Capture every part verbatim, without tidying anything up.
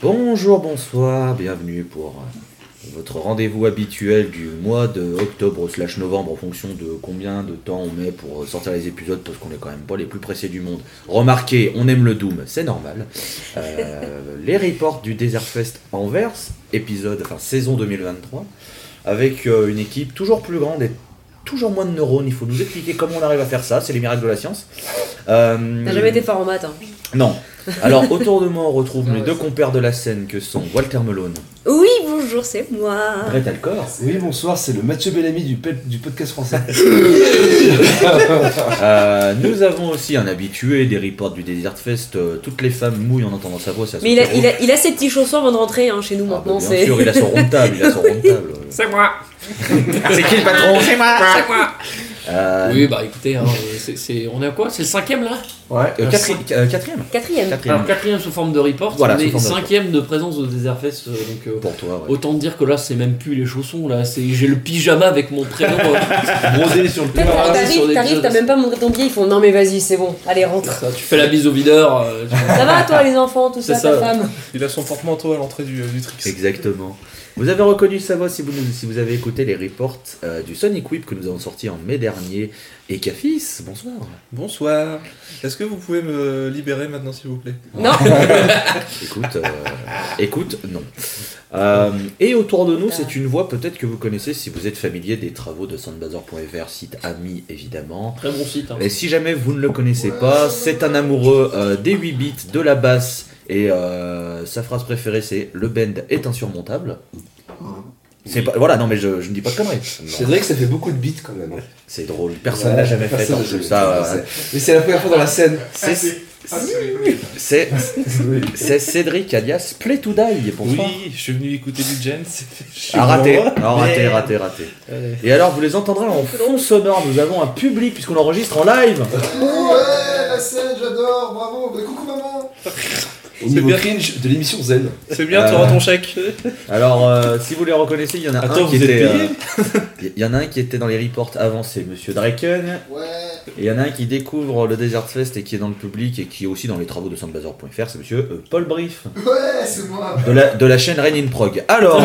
Bonjour, bonsoir, bienvenue pour votre rendez-vous habituel du mois de octobre slash novembre en fonction de combien de temps on met pour sortir les épisodes parce qu'on est quand même pas les plus pressés du monde. Remarquez, on aime le Doom, c'est normal. Euh, les reports du Desert Fest Anvers, épisode, enfin saison deux mille vingt-trois, avec euh, une équipe toujours plus grande et toujours moins de neurones. Il faut nous expliquer comment on arrive à faire ça, c'est les miracles de la science. Euh, T'as jamais été fort en maths, hein. Non. Alors, autour de moi, on retrouve mes deux compères de la scène que sont Walter Melone. Oui, bonjour, c'est moi. Brett Alcor. Oui, bonsoir, c'est le Mathieu Bellamy du, pe- du podcast français. euh, nous avons aussi un habitué des reports du Desert Fest. Euh, toutes les femmes mouillent en entendant sa voix. Ça Mais il a, il, a, il a ses petits chaussons avant de rentrer hein, chez nous ah, maintenant. Bah, bien c'est... sûr, il a son rond de table. Il a son rond de table. C'est moi. C'est qui le patron? C'est moi. C'est moi. Euh, Oui, bah écoutez, hein, c'est, c'est, on est à quoi? C'est le cinquième là? Ouais. euh, quatri- euh, quatrième. Quatrième. Quatrième. Alors quatrième sous forme de report, Voilà, on est sous forme de cinquième de présence au Desert Fest, euh, donc euh, Pour toi, ouais. autant dire que là c'est même plus les chaussons, là c'est j'ai le pyjama avec mon prénom euh, Brodé sur le Même Voilà, quand c'est sur t'arrives, des t'arrives, épisodes. t'as même pas montré ton billet, ils font non mais vas-y, c'est bon, allez rentre. ça, tu fais la bise au videur. euh, tu- Ça va toi les enfants, tout ça, C'est ta ça. femme? Il a son porte-manteau à l'entrée du, du Trix. Exactement. Vous avez reconnu sa voix si vous, nous- si vous avez écouté les reports euh, du Sonic Whip que nous avons sorti en mai dernier. Et Cafis, bonsoir. Bonsoir. Est-ce que vous pouvez me libérer maintenant, s'il vous plaît? Non. Écoute, euh, écoute, non. Euh, et autour de nous, c'est une voix peut-être que vous connaissez si vous êtes familier des travaux de soundbazer point f r, site ami évidemment. Très bon site. Hein. Et si jamais vous ne le connaissez pas, c'est un amoureux euh, des huit bits, de la basse, et euh, sa phrase préférée c'est « Le bend est insurmontable ». C'est pas, voilà, non mais je, je ne dis pas de conneries. C'est vrai que ça fait beaucoup de beats quand même. C'est drôle, personne Ouais, n'a jamais fait personne en n'a plus jamais ça. fait, euh, Mais c'est la première fois dans la scène. c'est, c'est, c'est Cédric alias Play to Die, bonsoir. Oui, je suis venu écouter du Jens. Ah, raté, ah, raté, raté, raté. Et alors, vous les entendrez en fond sonore, nous avons un public puisqu'on enregistre en live. Ouais, la scène, j'adore, bravo. Bah, coucou maman. Au niveau bien. cringe de l'émission Zen. C'est bien, Euh, tu auras ton chèque. Alors, euh, si vous les reconnaissez, il y en a Attends, un qui vous êtes était. payé euh, Il y en a un qui était dans les reports avant, c'est Monsieur Draken. Ouais. Et il y en a un qui découvre le Desert Fest et qui est dans le public et qui est aussi dans les travaux de soundbazer point f r, c'est Monsieur euh, Paul Brief. Ouais, c'est moi. De la, de la chaîne Rain in Prog. Alors,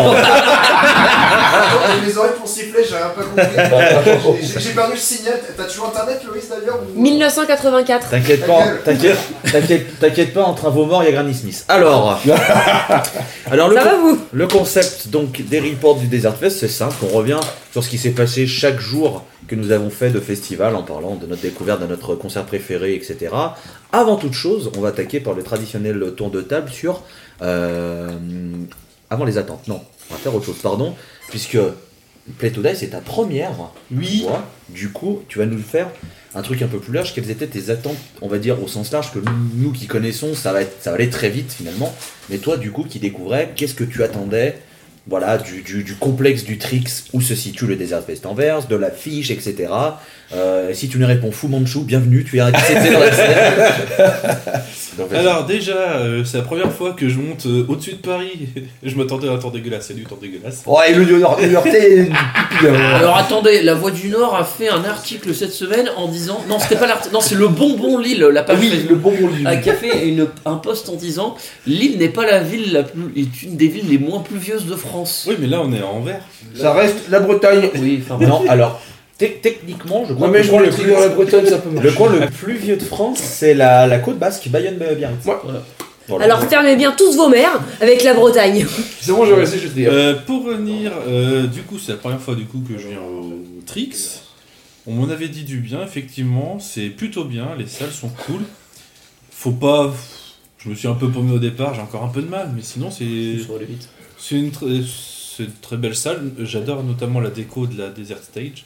Attends, j'ai les oreilles pour siffler, j'ai rien pas compris. J'ai- J'ai perdu le signal. T'as toujours internet, Loïs, d'ailleurs ou- mille neuf cent quatre-vingt-quatre. t'inquiète pas, t'inquiète, t'inquiète, t'inquiète pas, entre un veau mort, il y a Granny Smith. Alors, alors le, Ça va vous? le concept donc des reports du Desert Fest, c'est simple, on revient sur ce qui s'est passé chaque jour que nous avons fait de festival en parlant de notre découverte, de notre concert préféré, et cetera. Avant toute chose, on va attaquer par le traditionnel tour de table sur... euh, avant les attentes, non, on va faire autre chose, pardon, puisque Play to Die c'est ta première Oui. fois, du coup tu vas nous faire un truc un peu plus large. Quelles étaient tes attentes, on va dire au sens large, que nous, nous qui connaissons, ça va, être, ça va aller très vite finalement, mais toi du coup qui découvrais, qu'est-ce que tu attendais, voilà, du, du, du complexe du Trix où se situe le Desert Fest Anvers, de l'affiche, et cetera. Euh, si tu nous réponds Fu Manchu, bienvenue, tu es arrêté dans la scène. Donc, vas-y. Alors déjà, euh, c'est la première fois que je monte euh, au-dessus de Paris. Je m'attendais à un temps dégueulasse, c'est du temps dégueulasse. Ouais, le New York, New Yorkais, du pipi là. Alors attendez, La Voix du Nord a fait un article cette semaine en disant non c'était pas l'article, non c'est le Bonbon Lille, la Ah page oui, Facebook. le bonbon du. Ah, qui a fait une, un post en disant Lille n'est pas la ville la plus, est une des villes les moins pluvieuses de France. Oui, mais là on est à Anvers. Ça reste la Bretagne. Oui, enfin bref. Non, alors, te- techniquement, je crois Non, que mais le je coin vois le le plus, trigger la Bretagne, ça peut le marcher. coin le plus vieux de France, c'est la, la côte basque, Bayonne-Biarritz. Ouais. Voilà. Voilà. Alors fermez bien tous vos mères avec la Bretagne. C'est bon, je vais rester, je vais te dire. Euh, pour revenir, euh, du coup, c'est la première fois du coup que je viens au Trix. On m'en avait dit du bien, effectivement, c'est plutôt bien, les salles sont cool. Faut pas. Je me suis un peu paumé au départ, j'ai encore un peu de mal, mais sinon c'est. Ça va aller vite. C'est une, tr- c'est une très belle salle. J'adore notamment la déco de la Desert Stage.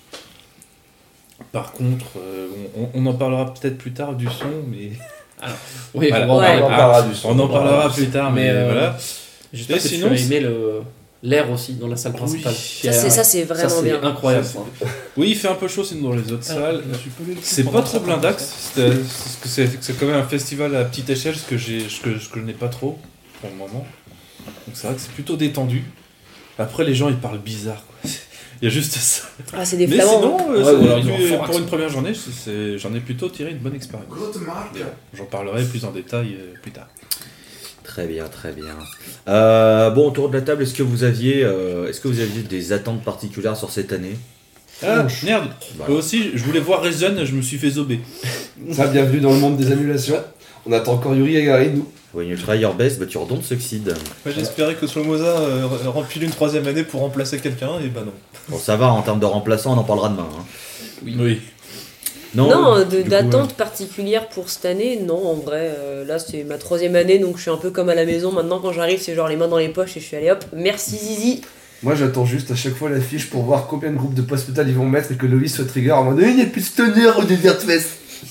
Par contre, euh, on, on en parlera peut-être plus tard du son, mais Oui, Voilà. on va en Ouais. parler On en plus. parlera du son. on en parlera plus tard. Mais, Mais, euh, voilà. J'espère Et que sinon, tu as aimé le l'air aussi dans la salle principale. Oui. Ça c'est, ça, c'est Ça, vraiment c'est bien. incroyable. Oui, il fait un peu chaud sinon dans les autres Ah, salles. C'est pas trop blindax. C'est, c'est, que c'est, c'est quand même un festival à petite échelle, ce que, j'ai, ce que, ce que je n'ai pas trop pour le moment. Donc c'est vrai que c'est plutôt détendu. Après, les gens ils parlent bizarre, quoi. Il y a juste ça. Ah, c'est des Mais flamands. sinon, hein. euh, Ouais, c'est- ou alors ils ont puis, un fort pour accent. une première journée, c'est- c'est- j'en ai plutôt tiré une bonne expérience. Grosse marque. J'en parlerai plus en détail euh, plus tard. Très bien, très bien. Euh, bon, autour de la table, est-ce que vous aviez, euh, est-ce que vous aviez des attentes particulières sur cette année? Ah, merde. Voilà. Moi aussi, je voulais voir Rezen, je me suis fait zober. Ça, bienvenue dans le monde des annulations. On attend encore Yuri et Gary, nous. When you try your best, but you don't succeed. Moi j'espérais que Slomoza euh, rempile une troisième année pour remplacer quelqu'un, et bah non. Bon, ça va, en termes de remplaçant, on en parlera demain. Hein. Oui. oui. Non, Non, euh, de- du coup, d'attente particulière pour cette année, non, en vrai, euh, là c'est ma troisième année, donc je suis un peu comme à la maison. Maintenant, quand j'arrive, c'est genre les mains dans les poches et je suis allé hop, merci Zizi. Moi, j'attends juste à chaque fois la fiche pour voir combien de groupes de post-metal ils vont mettre et que Loïs soit trigger en mode il n'y a plus de stoner au Desert Fest.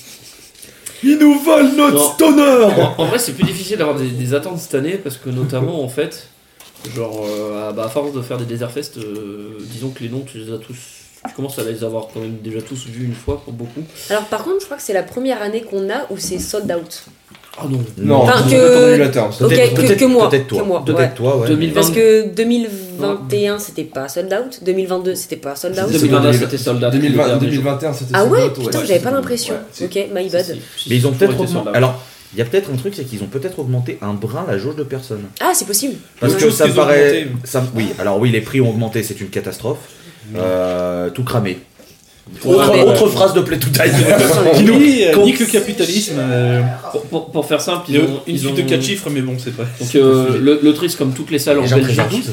Ils nous volent notre Non. stoner. En, en vrai, c'est plus difficile d'avoir des, des attentes cette année parce que, notamment, en fait, genre, euh, à, bah, à force de faire des Desert Fest, euh, disons que les noms, tu les as tous. Tu commences à les avoir quand même déjà tous vus une fois pour beaucoup. Alors, par contre, je crois que c'est la première année qu'on a où c'est sold out. Ah non. Non, Enfin, c'est que- un annulateur. Ok, Peut-être- que, peut-être- que moi. peut-être toi. que moi, Peut-être ouais. toi, ouais. deux mille vingt Parce que deux mille vingt et un c'était pas sold out, deux mille vingt-deux c'était pas sold out. C'est deux mille vingt-deux, deux mille c'était soldat. deux mille vingt, deux mille vingt et un, c'était Ah sold ouais, out, putain, ouais. j'avais pas l'impression. Ouais, c'est- Ok, my bad. Mais ils ont peut-être augmenté. Alors, il y a peut-être un truc, c'est qu'ils ont peut-être augmenté un brin la jauge de personnes. Ah, c'est possible. Parce Ouais. que Chose ça me qu'ils ont paraît. augmenté. Ça, oui, alors oui, les prix ont augmenté, c'est une catastrophe. Euh, tout cramé. Ouais, autre ouais, autre ouais. phrase de Play to Die. Qui nous nous- qu'on- nique le capitalisme. euh, Pour, pour- pour faire simple, il ils y a ont. une ils suite ont- de quatre chiffres, mais bon, c'est pas. Donc c'est pas euh, sujet. le, le Trix, comme toutes les salles en Déjà Belgique, Trigger douze.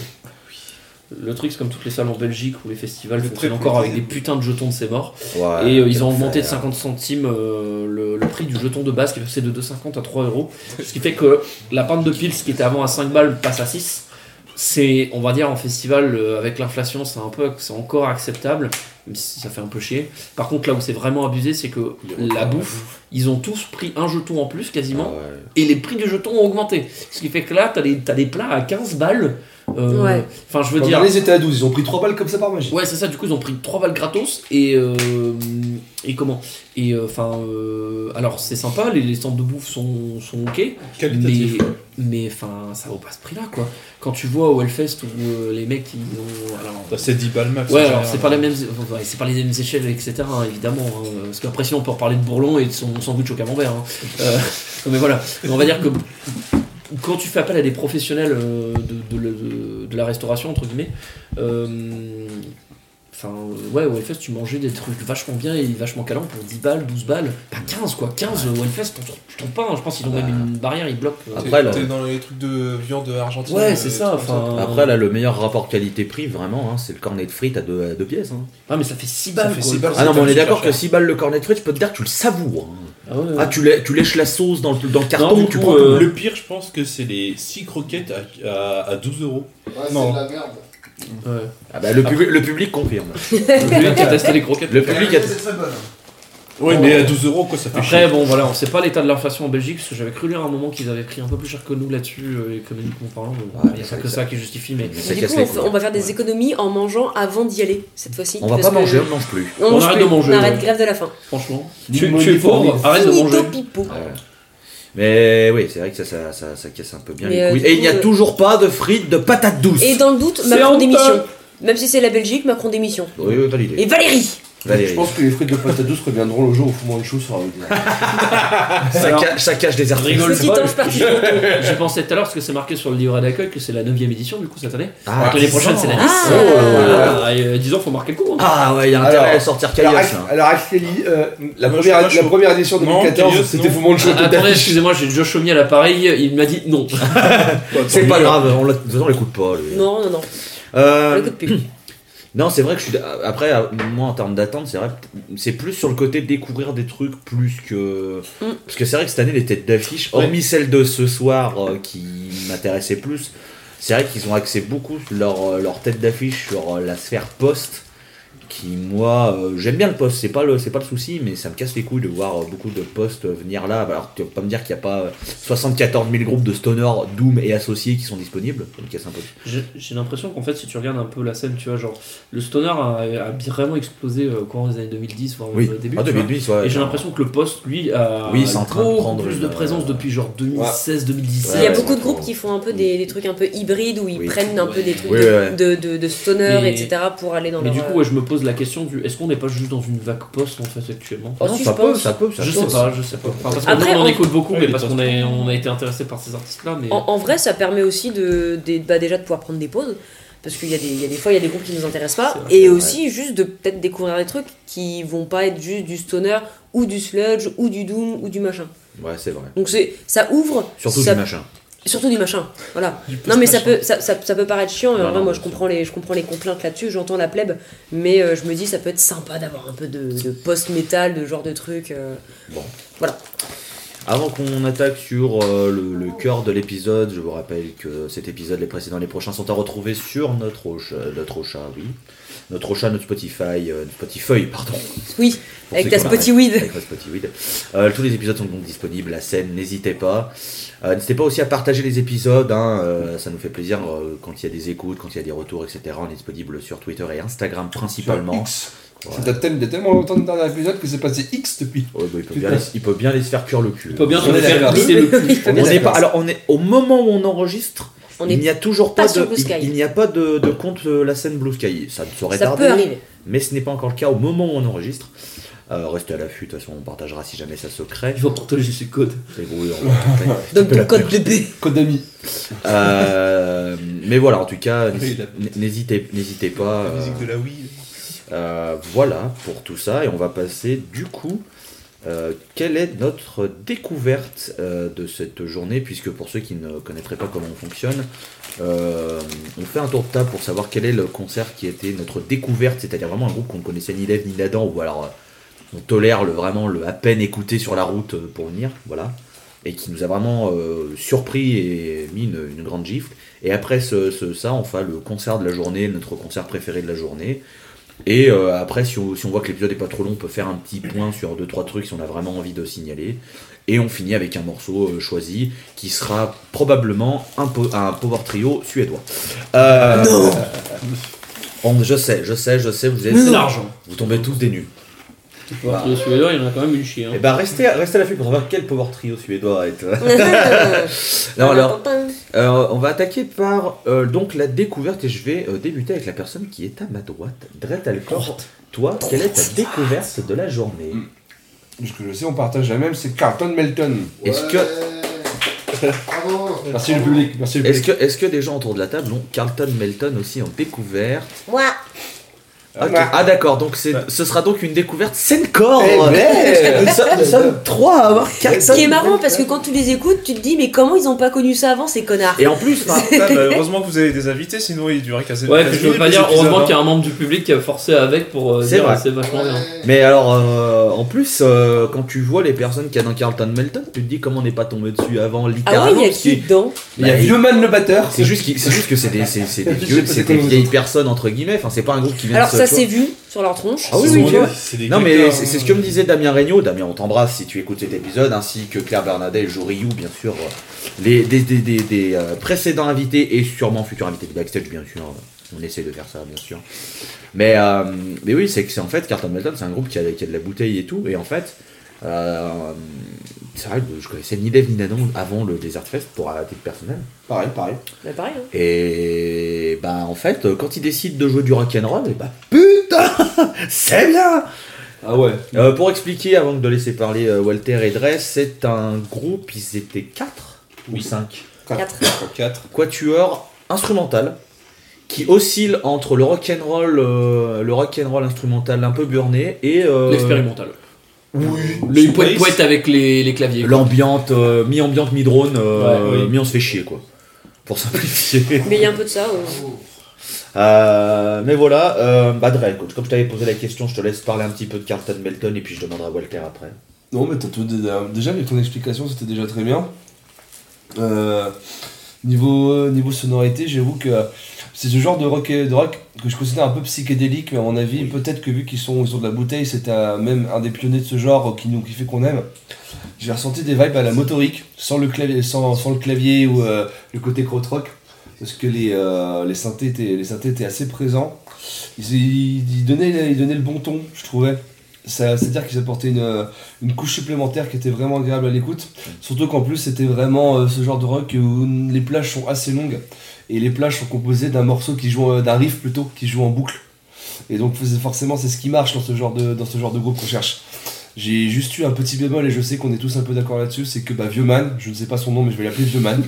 le Trix comme toutes les salles en Belgique où les festivals Le fonctionnent très- encore avec des putains de jetons de c'est mort. Ouais, Et euh, quel ils ont augmenté de enfer. cinquante centimes euh, le, le prix du jeton de base qui est passé de deux cinquante à trois euros. Ce qui fait que la pinte de pils qui était avant à cinq balles passe à six. C'est, on va dire, en festival, euh, avec l'inflation, c'est un peu, c'est encore acceptable, même si ça fait un peu chier. Par contre, là où c'est vraiment abusé, c'est que la bouffe, ils ont tous pris un jeton en plus quasiment, Ah ouais. et les prix du jeton ont augmenté. Ce qui fait que là, t'as des, t'as des plats à quinze balles. euh, Ouais. Enfin, je veux Quand dire. les étaient à douze, ils ont pris trois balles comme ça par magie. Ouais, c'est ça, du coup, ils ont pris trois balles gratos et. euh, et comment Et enfin. euh, alors, c'est sympa, les, les stands de bouffe sont, sont ok, mais. Qualitatif. Mais enfin, ça vaut pas ce prix-là, quoi. Quand tu vois au Hellfest où euh, les mecs, ils ont. Alors, Bah, c'est dix balles max. ouais, en alors général. c'est pas les mêmes, ouais, c'est pas les mêmes échelles, et cetera hein, évidemment. hein, parce qu'après, sinon, on peut reparler de Bourlon et de son sandwich au camembert. Hein. Euh, mais voilà, mais on va dire que quand tu fais appel à des professionnels euh, de, de, de- de la restauration, entre guillemets, euh, enfin, euh, ouais, au Hellfest, tu mangeais des trucs vachement bien et vachement calants pour dix balles, douze balles, pas quinze quoi, quinze au Hellfest, t'en trouves- je trouve pas, hein, je pense qu'ils ont même une barrière, ils bloquent. euh. Après, là- T'es dans les trucs de viande argentine. Ouais, euh, c'est des ça, trucs comme enfin. Après, là, le meilleur rapport qualité-prix, vraiment, hein, c'est le cornet de frites à deux, à deux pièces. Hein. Ah, mais ça fait six Ça balles fait quoi. six balles. Ah non, mais on est super d'accord que cher. six balles le cornet de frites, je peux te dire que tu le savoures. hein. Ah, ouais, ouais. Ah, tu, lè- tu lèches la sauce dans le, dans le carton, du tu coup, prends euh, tout. Le pire, je pense que c'est les six croquettes à, à, à douze euros. Ouais, Non. c'est de la merde. Ouais. Ah bah, le, public, le public confirme. Le public qui a testé les croquettes. Le public a... C'est très bonne. Oui, mais à douze euros, quoi, ça fait Après, chier. bon, voilà, on sait pas l'état de l'inflation en Belgique, parce que j'avais cru lire à un moment qu'ils avaient pris un peu plus cher que nous là-dessus, euh, économiquement parlant. mais Ouais, il n'y a c'est pas que ça. ça qui justifie, mais. Ça Du casse coup, les on, couilles. fait- on va faire des économies en mangeant avant d'y aller cette fois-ci. On va parce pas que manger, on mange plus. On, On mange arrête plus. de manger, On arrête ouais. grève de la faim. Franchement, Ni tu, money tu es for pauvre, me. arrête de Finito manger. pipo. Ouais. Mais oui, c'est vrai que ça, ça, ça, ça casse un peu bien Mais, les euh, couilles. du Et il coup, n'y a euh, toujours pas de frites de patates douces. Et dans le doute, C'est Macron honteux. démission. Même si c'est la Belgique, Macron démission. Oui, oui, validé. Et Valérie Valérie. Je pense que les frites de patates douces reviendront le jour où Fumant une chose sera revenu. Ça, Alors, cache, ça cache des articles. rigole Petit pas, ange parti. J'ai pensé tout à l'heure parce que c'est marqué sur le livret d'accueil que c'est la neuvième édition du coup cette année. Ah, Donc l'année prochaine c'est la dix. Ah. Voilà, et euh, dix ans faut marquer le coup. Hein. Ah ouais, il y a intérêt Alors, à sortir Alors, Kaios. Ax- hein. alors Axeli, euh, la, Moi, je première, suis pas la chaud. première édition deux mille quatorze, Non, c'était non. Fumant une chose. Ah, attendez, excusez-moi, j'ai Josh Chaumier à l'appareil, il m'a dit non. C'est pas grave, on l'a- de toute façon on l'écoute pas. lui. Non, non, non. Euh, On l'écoute plus. Non, c'est vrai que je suis. Après, euh, moi en termes d'attente, c'est vrai que c'est plus sur le côté de découvrir des trucs plus que. Mm. Parce que c'est vrai que cette année, les têtes d'affiche, hormis celle de ce soir euh, qui m'intéressait plus, c'est vrai qu'ils ont axé beaucoup leur, euh, leur tête d'affiche sur euh, la sphère post. Qui, moi, euh, j'aime bien le post, c'est pas le, c'est pas le souci, mais ça me casse les couilles de voir euh, beaucoup de posts venir là. Alors, tu vas pas me dire qu'il n'y a pas euh, soixante-quatorze mille groupes de stoners, Doom et associés qui sont disponibles. Ça me casse un peu. J'ai j'ai l'impression qu'en fait, si tu regardes un peu la scène, tu vois, genre, le stoner a, a vraiment explosé euh, courant des années deux mille dix, voire Oui, au début. ah, tu vois. deux mille dix, ouais. Et j'ai l'impression que le post, lui, a Oui, c'est en train de beaucoup prendre plus une, de présence euh, depuis genre deux mille seize deux mille dix-sept. Il y a Ouais, beaucoup de ouais, groupes ouais. qui font un peu des, des trucs un peu hybrides où ils Oui. prennent un peu des trucs Oui, de, ouais. de, de, de stoner, Mais- et cetera pour aller dans Mais leur. du coup, ouais, je me pose pose la question du est-ce qu'on n'est pas juste dans une vague post en fait actuellement? Oh, non, si, ça je peut, pense. ça peut, ça Je peut. sais pas, je sais pas. Enfin, parce que Après, nous, on en en- écoute beaucoup, Ouais, mais il parce est qu'on pas est, on a été intéressé par ces artistes-là. Mais... En, en vrai, ça permet aussi de, de- bah, déjà de pouvoir prendre des pauses. Parce qu'il y, a des- il y a des fois, il y a des groupes qui nous intéressent pas. C'est vrai, Et c'est aussi, juste de peut-être découvrir des trucs qui vont pas être juste du stoner, ou du sludge, ou du doom, ou du machin. Ouais, c'est vrai. Donc c'est, ça ouvre. Surtout ça, du machin. Surtout du machin. Voilà. Du Non, mais ça post-machin. peut, ça, ça, ça peut paraître chiant. Et Non, en vrai, non, moi, bien je sûr. comprends, les, je comprends les complaintes là-dessus. J'entends la plèbe. Mais euh, je me dis, ça peut être sympa d'avoir un peu de, de post-metal, de genre de truc. euh. Bon. Voilà. Avant qu'on attaque sur euh, le, le cœur de l'épisode, je vous rappelle que cet épisode, les précédents, les prochains sont à retrouver sur notre Ocha, notre Ocha, oui. Notre Ocha, notre Spotify, euh, notre Spotify, pardon. Oui, Pour avec ceux ta qui ont la ref. Spotiweed. Avec ma Spotiweed. Euh, tous les épisodes sont donc disponibles, la scène, n'hésitez pas. Euh, n'hésitez pas aussi à partager les épisodes, hein, euh, ça nous fait plaisir euh, quand il y a des écoutes, quand il y a des retours, et cetera. On est disponible sur Twitter et Instagram principalement. X. Ouais. Ça date tel- il y a tellement longtemps de dernier épisode que c'est passé X depuis. Ouais, bah, il, peut bien les, il peut bien les se faire cuire le cul. On peut bien On se est faire d'accord. glisser le cul. On n'est pas, alors on est au moment où on enregistre, On il est n'y a toujours pas pas, sur de, Blue il, Sky. il n'y a pas de, de compte euh, la scène Blue Sky. Ça saurait Ça tarder, peut arriver. mais ce n'est pas encore le cas au moment où on enregistre. Euh, restez à l'affût, de toute façon on partagera si jamais ça se crée. Il faut partager ses codes. C'est oui, on va partager. Donc, peux la ton code bébé. Code d'amis. Euh, mais voilà, en tout cas, Oui, la- n'hésitez, n'hésitez pas. La euh, musique de la Wii. euh, voilà pour tout ça, et on va passer du coup. Euh, quelle est notre découverte euh, de cette journée, puisque pour ceux qui ne connaîtraient pas comment on fonctionne, euh, on fait un tour de table pour savoir quel est le concert qui était notre découverte, c'est-à-dire vraiment un groupe qu'on ne connaissait ni d'Ève ni d'Adam, ou alors euh, on tolère le, vraiment le à peine écouté sur la route euh, pour venir, voilà, et qui nous a vraiment euh, surpris et mis une, une grande gifle. Et après ce, ce- ça, on fait le concert de la journée, notre concert préféré de la journée. Et euh, après, si on, si on voit que l'épisode est pas trop long, on peut faire un petit point sur deux trois trucs si on a vraiment envie de signaler. Et on finit avec un morceau euh, choisi qui sera probablement un, po- un power trio suédois. Euh, Non. on- je sais, je sais, je sais, vous êtes, C'est l'argent. vous tombez tous des nuls. Pour le suédois, il y en a quand même une chier. hein. Et ben restez, restez à l'affût pour savoir quel power trio suédois est. Non, alors, euh, on va attaquer par euh, donc la découverte et je vais euh, débuter avec la personne qui est à ma droite. Dret Alcor, toi, quelle est ta découverte de la journée? Ce que je sais, on partage la même, c'est Carlton Melton. Est-ce que, Bravo. Merci le public, merci le est-ce public. que, est-ce que des gens autour de la table ont Carlton Melton aussi en découverte? Moi. Ok. Ah d'accord, donc c'est, Ouais. ce sera donc une découverte scène-corps. Eh ben. nous, sommes, nous sommes trois à avoir Carlton. Ce qui est marrant parce que quand tu les écoutes, tu te dis mais comment ils ont pas connu ça avant ces connards. Et en plus, enfin, Ah, bah, heureusement que vous avez des invités, sinon il durait quasi. Ouais, puis je veux pas dire, heureusement qu'il y a un membre du public qui a forcé avec pour euh, C'est dire vrai. c'est vachement bien. mais alors, euh, en plus, euh, quand tu vois les personnes qu'il y a dans Carlton Melton, tu te dis comment on n'est pas tombé dessus avant, Ah ouais, littéralement. il y a parce qui que- dedans? Il y a Bah, Vieux Man le batteur. C'est juste, qu'il- c'est juste que c'est des, c'est, c'est des Je vieux, sais pas c'est c'est des quoi vieilles vous personnes entre guillemets. Enfin, c'est pas un groupe qui vient Alors de ça tu s'est vois. vu sur leur tronche. Ah oui, Ce oui, sont tu des- vois. c'est des Non mais critères, c'est, c'est hein. ce que me disait Damien Regnault. Damien, on t'embrasse si tu écoutes cet épisode, ainsi que Claire Bernardet et Jo Rioux, bien sûr. euh, Les des, des, des, des, euh, précédents invités et sûrement futurs invités de backstage, bien sûr. On essaie de faire ça, bien sûr. Mais euh, mais oui, c'est que c'est en fait Carlton Melton, c'est un groupe qui a, qui a de la bouteille et tout. Et en fait, euh, c'est vrai que je connaissais ni Dave ni Nanon avant le Desert Fest pour un titre personnel. Pareil, pareil. Bah pareil. Hein. Et bah en fait, quand ils décident de jouer du rock'n'roll, et bah putain, c'est bien. Ah ouais. Euh, pour expliquer, avant de laisser parler euh, Walter et Dress, c'est un groupe, ils étaient quatre ou Oui. cinq Quatre. quatre. quatuors instrumental qui oscille entre le rock'n'roll, euh, le rock'n'roll instrumental un peu burné et euh, L'expérimental. oui, Les Space. poètes poètes avec les, les claviers. quoi. l'ambiante, euh, mi-ambiante, mi-drone, euh, Ouais, oui. mi on se fait chier quoi, pour simplifier. Mais il y a un peu de ça. ouais. Euh, mais voilà, euh, bah Dre, écoute, comme je t'avais posé la question, je te laisse parler un petit peu de Carlton Melton et puis je demanderai à Walter après. Non, mais t'as tout déjà, déjà, avec ton explication, c'était déjà très bien. Euh, niveau, euh, niveau sonorité, j'avoue que c'est ce genre de rock, de rock que je considère un peu psychédélique, mais à mon avis, peut-être que vu qu'ils sont, ils ont de la bouteille, c'était un- même un des pionniers de ce genre qui nous qui fait qu'on aime. J'ai ressenti des vibes à la motorique, sans le clavier, sans, sans le clavier ou euh, le côté krautrock, parce que les, euh, les, synthés étaient, les synthés étaient assez présents. Ils, ils, ils donnaient, ils donnaient le bon ton, je trouvais. Ça- C'est-à-dire qu'ils apportaient une, une couche supplémentaire qui était vraiment agréable à l'écoute. Surtout qu'en plus, c'était vraiment euh, ce genre de rock où les plages sont assez longues. Et les plages sont composées d'un morceau qui joue, euh, d'un riff plutôt, qui joue en boucle. Et donc forcément c'est ce qui marche dans ce genre de, dans ce genre de groupe qu'on cherche. J'ai juste eu un petit bémol et je sais qu'on est tous un peu d'accord là-dessus, c'est que bah, Vieux Man, je ne sais pas son nom mais je vais l'appeler Vieux Man,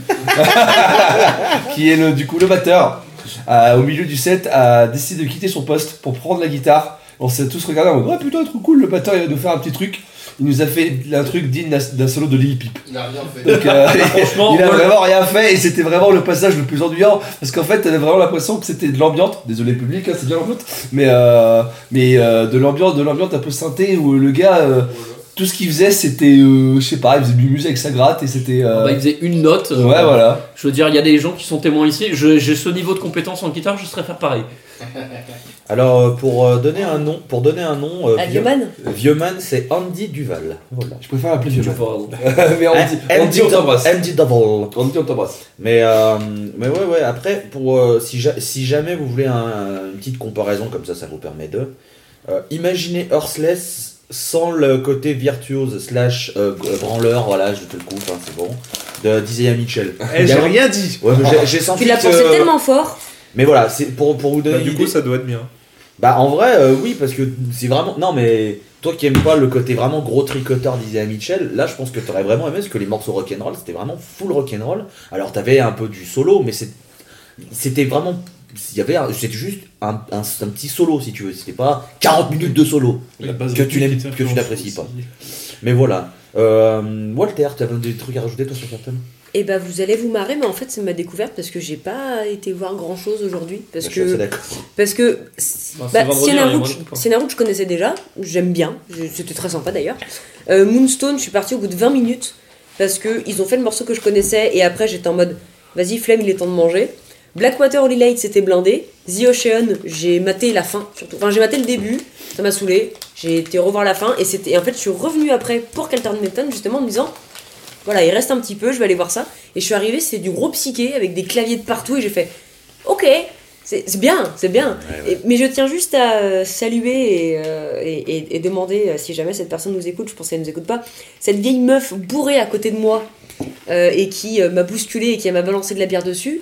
qui est le, du coup le batteur, euh, au milieu du set a décidé de quitter son poste pour prendre la guitare. On s'est tous regardé en mode oh putain trop cool, le batteur il va nous faire un petit truc. Il nous a fait un truc digne d'un, d'un solo de Lil Peep. Il a rien fait. Donc, euh, Franchement, il a moi, vraiment rien fait et c'était vraiment le passage le plus ennuyant parce qu'en fait t'avais vraiment l'impression que c'était de l'ambiante, désolé public hein, c'est bien l'ambiante, mais, euh, mais euh, de l'ambiance de l'ambiance un peu synthé où le gars euh, tout ce qu'il faisait c'était euh, je sais pas, il faisait du musique avec sa gratte et c'était euh... bah, il faisait une note. euh, ouais voilà. Je veux dire, il y a des gens qui sont témoins ici. Je- j'ai ce niveau de compétence en guitare, je serais faire pareil. Alors euh, pour euh, donner un nom, pour donner un nom, euh, Ah, vieux, Bioman vieux man, c'est Andy Duval. Voilà. Je préfère l'appeler Vieux Je Man. vois. Mais on dit, on dit on t'embrasse. Andy Double. On dit on t'embrasse. Mais, euh, mais ouais, ouais, après, pour, euh, si, ja- si jamais vous voulez un- une petite comparaison, comme ça, ça vous permet de. Euh, imaginez Earthless sans le côté virtuose slash euh, g- branleur, voilà, je te le coupe, hein, c'est bon, de Isaiah Mitchell. Eh, Il y j'ai a- rien dit. Ouais, mais j'ai, j'ai senti Tu l'as que- pensé tellement fort. Mais voilà, c'est pour, pour vous donner Bah, du une coup, idée. ça doit être bien. Bah en vrai, euh, oui, parce que c'est vraiment... Non, mais toi qui aimes pas le côté vraiment gros tricoteur d'Isaiah Mitchell, là je pense que t'aurais vraiment aimé, parce que les morceaux rock'n'roll, c'était vraiment full rock'n'roll. Alors t'avais un peu du solo, mais c'est- c'était vraiment... Il y avait un- c'était juste un, un, un petit solo, si tu veux. C'était pas quarante minutes de solo. La base Que tu rythmique n'aimes- était que tu influencée n'apprécies aussi. pas. Mais voilà. Euh, Walter, tu avais des trucs à rajouter toi sur Captain? Et bah vous allez vous marrer, mais en fait c'est ma découverte parce que j'ai pas été voir grand chose aujourd'hui. Parce Je suis assez que, d'accord. parce que Bah, c'est bah, vendredi, Sienna hein, il y a Rouge, moins de points. Sienna Rouge, je connaissais déjà, j'aime bien, je- c'était très sympa d'ailleurs. Euh, Moonstone, je suis partie au bout de vingt minutes parce que ils ont fait le morceau que je connaissais et après j'étais en mode vas-y flemme, il est temps de manger. Blackwater Holy Light c'était blindé. The Ocean, j'ai maté la fin surtout. Enfin j'ai maté le début, ça m'a saoulé. J'ai été revoir la fin et c'était et en fait je suis revenue après pour Calterneton justement en me disant voilà, il reste un petit peu, je vais aller voir ça. Et je suis arrivée, c'est du gros psyché avec des claviers de partout et j'ai fait ok, c'est c'est bien, c'est bien. Ouais, ouais. Et- mais je tiens juste à euh, saluer et, euh, et, et- et demander euh, si jamais cette personne nous écoute, je pense qu'elle nous écoute pas, cette vieille meuf bourrée à côté de moi euh, et qui euh, m'a bousculé et qui m'a balancé de la bière dessus.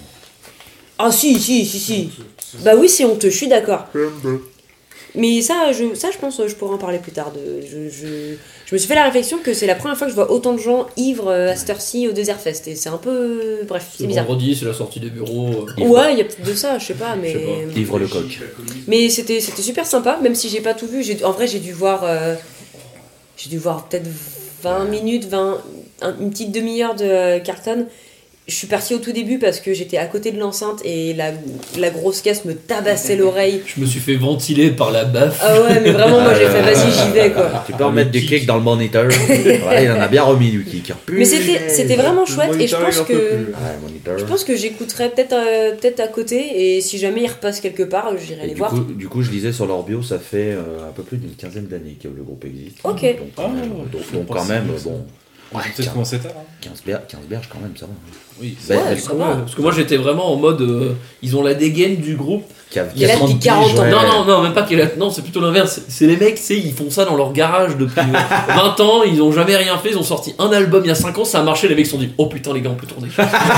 Ah si, si, si, si. Bah oui, c'est honteux, je suis d'accord. Mais ça, je, ça, je pense, je pourrais en parler plus tard. De, je, je, je me suis fait la réflexion que c'est la première fois que je vois autant de gens ivres euh, à cette heure-ci au Desert Fest. Et c'est un peu... Bref, c'est C'est bizarre. vendredi, c'est la sortie des bureaux. euh. Ouais, il y a peut-être de ça, je sais pas, mais... Je sais pas. Livre le coq. Mais c'était c'était super sympa, même si j'ai pas tout vu. J'ai- En vrai, j'ai dû voir... euh, j'ai dû voir peut-être vingt minutes, vingt, un- une petite demi-heure de euh, Carlton. Je suis partie au tout début parce que j'étais à côté de l'enceinte et la, la grosse caisse me tabassait l'oreille. Je me suis fait ventiler par la baffe. Ah ouais, mais vraiment, moi j'ai fait vas-y, j'y vais quoi. Tu peux remettre des cakes dans le moniteur. Voilà, il en a bien remis du kick. Mais c'était c'était vraiment chouette et je pense que Ouais, moniteur. je pense que j'écouterai peut-être euh, peut-être à côté et si jamais il repasse quelque part, j'irai Et les du, voir. coup, du coup, je lisais sur leur bio, ça fait euh, un peu plus d'une quinzaine d'années que le groupe existe. Ok. Donc, quand Ah, même, ouais, donc, je donc pense quand même, que c'est- bon, Ils ont peut-être commencé tard. hein. quinze, ber- quinze berges quand même, ça va. Oui. Belle- Ouais, belle- ça Ouais, va. parce que moi j'étais vraiment en mode. euh, ils ont la dégaine du groupe. Qui a- Il est là qui a depuis trente quarante ans. piges, Non, ouais. non, non, même pas qu'il a. Non, c'est plutôt l'inverse. C'est- C'est les mecs, tu sais, ils font ça dans leur garage depuis vingt ans, ils ont jamais rien fait, ils ont sorti un album il y a cinq ans, ça a marché, les mecs se sont dit oh putain, les gars, on peut tourner.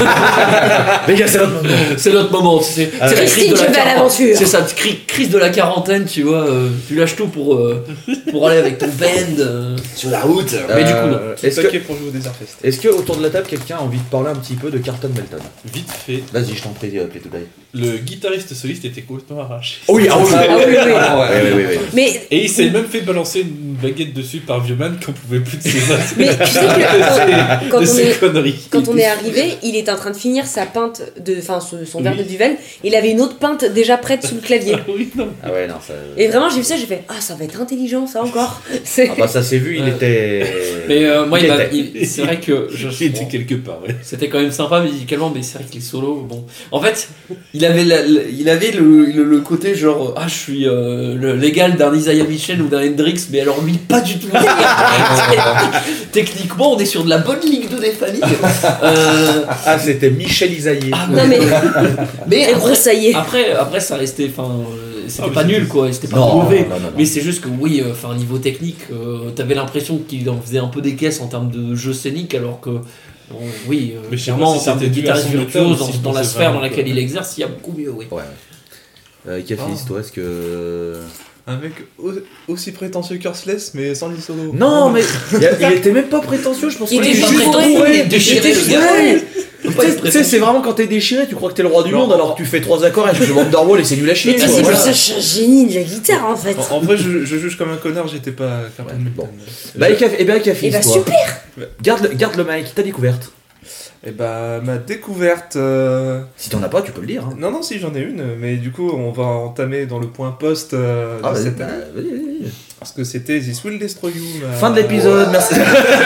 Les gars, c'est notre moment. C'est notre moment, c'est Ah c'est la ouais. crise de Christine, la je vais à quarantaine. l'aventure. C'est ça, cri- crise de la quarantaine, tu vois, euh, tu lâches tout pour, euh, pour aller avec ton band. euh. Sur la route. Mais du coup, non. Euh, Est-ce Est-ce que, que pour jouer au Desert Fest? est-ce que autour de la table, quelqu'un a envie de parler un petit peu de Carlton Melton? Vite fait, Vas-y, je t'en prie, euh, Play to Die. le guitariste soliste était complètement arraché. Oh oui, ah oui, Ah oui, oui, oui. Ah ouais. oui, oui, oui. Mais Et il s'est même fait balancer une baguette dessus par Viewman qu'on pouvait plus de ses mais tu sais que quand, quand de on ses est conneries. quand on est arrivé, il était en train de finir sa pinte de enfin son, son verre de Duvel, il avait une autre pinte déjà prête sous le clavier. Oui, non. Ah ouais, non, ça. Et vraiment, j'ai vu ça, j'ai fait ah ça va être intelligent ça encore. C'est Ah bah ça s'est vu, il Ouais. était. Mais euh, moi, Il il m'a- était. il- c'est vrai que je, Il était quelque part, ouais. c'était quand même sympa musicalement, mais c'est vrai que les solos, bon. En fait, il avait, la- la- il avait le, le, le côté genre, ah, je suis euh, le- l'égal d'un Isaiah Mitchell ou d'un Hendrix, mais alors lui, pas du tout. Techniquement, on est sur de la bonne Ligue deux des familles. Euh, Ah, c'était Michel Isaïe. ah, non mais mais et gros après, ça y est. après, après, ça restait, enfin, euh, c'était Ah, mais pas c'était- nul quoi, et c'était pas Non, mauvais. non, non, non. Mais c'est juste que oui, euh, enfin niveau technique, euh, t'avais l'impression qu'il en faisait un peu des caisses en termes de jeu scénique, alors que bon, oui, euh, Mais je sais clairement pas si en termes de c'était dû à guitariste son virtuose méthode, dans, si dans la c'est sphère dans vraiment, laquelle quoi. il exerce, il y a beaucoup mieux, oui. Ouais. Euh, Cafis, Ah. toi, est-ce que. Un mec au- aussi prétentieux Curseless, mais sans l'isolo. Non, mais il, a- il était même pas prétentieux, je pense Il qu'il était était juste juste bourré. bourré. Il est déchiré, Il était le gars. bourré. Faut Tu pas sais- être tu sais, prétentieux. c'est vraiment quand t'es déchiré, tu crois que t'es le roi du Non. monde alors que tu fais trois accords et tu fais Wonderwall et c'est nul à chier. Mais quoi, c'est voilà. pour ça que je suis un génie de la guitare en fait. En, en vrai, je, je juge comme un connard, j'étais pas Cartoon Ouais, Mountain. bon. Bah, et Caf- et bien, Cafis, Et bah toi. super. Garde, le- garde le mic, ta découverte. Et bah, ma découverte. euh, Si t'en as pas, tu peux le dire. Hein. Non, non, si j'en ai une, mais du coup, on va entamer dans le point post euh, de Ah, vas-y, cette bah, année. vas-y, vas-y. Parce que c'était This Will Destroy You. ma- Fin de l'épisode, merci.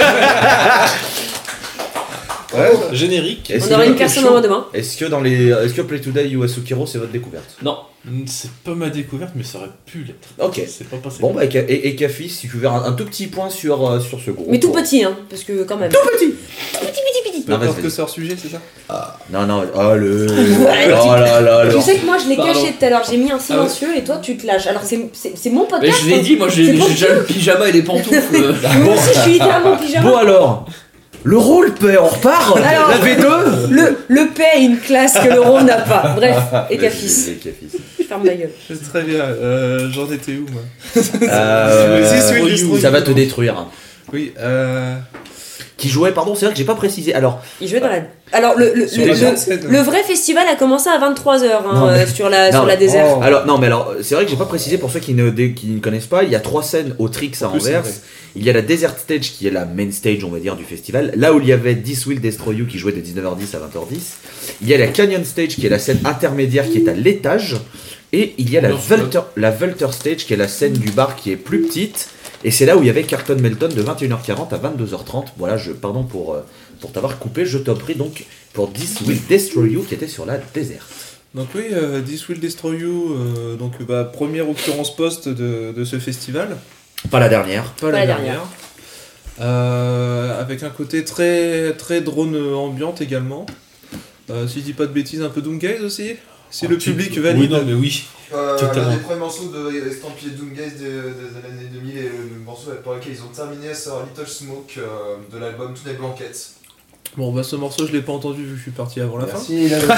Ouais, Générique. Est-ce On aura que- une personne en moins demain. Est-ce que dans les, est-ce que Play Today Yuasukiro c'est votre découverte? Non. Hmm, C'est pas ma découverte, mais ça aurait pu l'être. Ok. C'est pas passé. Bon bah et, Ca- et, et Cafis, si tu veux faire un, un tout petit point sur, euh, sur ce groupe. Mais tout pour- petit hein, parce que quand même. Tout petit. Petit petit petit. Non, vas-y, N'importe que vas-y. c'est hors sujet, c'est ça? Non non, oh le. Ouais, oh là là là. Tu sais que moi je l'ai Pardon. caché tout à l'heure, j'ai mis un silencieux et toi tu te lâches. Alors c'est c'est- c'est mon Mais podcast. je l'ai hein. dit, moi j'ai C'est j'ai pour déjà le pyjama et les pantoufles. euh. Moi aussi je suis littéralement en pyjama. Bon alors, le roleplay, on repart. Alors- La V deux. Le, le P a une classe que le rond n'a pas. Bref, et Cafis. Vas-y, Cafis. Je ferme ma gueule. C'est très bien. Euh, J'en étais où, moi? Euh, This Will Destroy ça va You. te détruire. Oui, euh. Qui jouait, pardon, c'est vrai que j'ai pas précisé. Alors, Il jouait dans la. Alors le, le, Sur le, les le- scènes. le vrai festival a commencé à vingt-trois heures hein, Non, mais- euh, sur la, non, sur la mais- désert. Oh. alors non mais alors c'est vrai que j'ai pas précisé pour ceux qui ne, dé- qui ne connaissent pas, il y a trois scènes au Trix à En plus, Anvers. c'est vrai. Il y a la Desert Stage qui est la main stage on va dire du festival, là où il y avait This Will Destroy You qui jouait de dix-neuf heures dix à vingt heures dix. Il y a la Canyon Stage qui est la scène intermédiaire qui est à l'étage. Et il y a la Non, Vulture, la Vulture Stage qui est la scène du bar qui est plus petite. Et c'est là où il y avait Carlton Melton de vingt et une heures quarante à vingt-deux heures trente. Voilà, je, pardon pour, euh, pour t'avoir coupé, je t'en prie donc pour This Will Destroy You qui était sur la désert. Donc oui, euh, This Will Destroy You, euh, donc bah, première occurrence post de, de ce festival, Pas la dernière. pas, la la dernière. dernière, Euh, avec un côté très très drone ambiante également. Euh, si je dis pas de bêtises, un peu Doomgaze aussi. Si Un le petit public peu. valide. Oui, non, mais oui. Euh, Totalement. l'un des premiers morceaux de estampillé Doomgaze des, des années deux mille et le morceau pour lequel ils ont terminé sur Little Smoke euh, de l'album Toutes les Blanquettes. Bon bah ce morceau je l'ai pas entendu vu que je suis parti avant la fin. Merci, la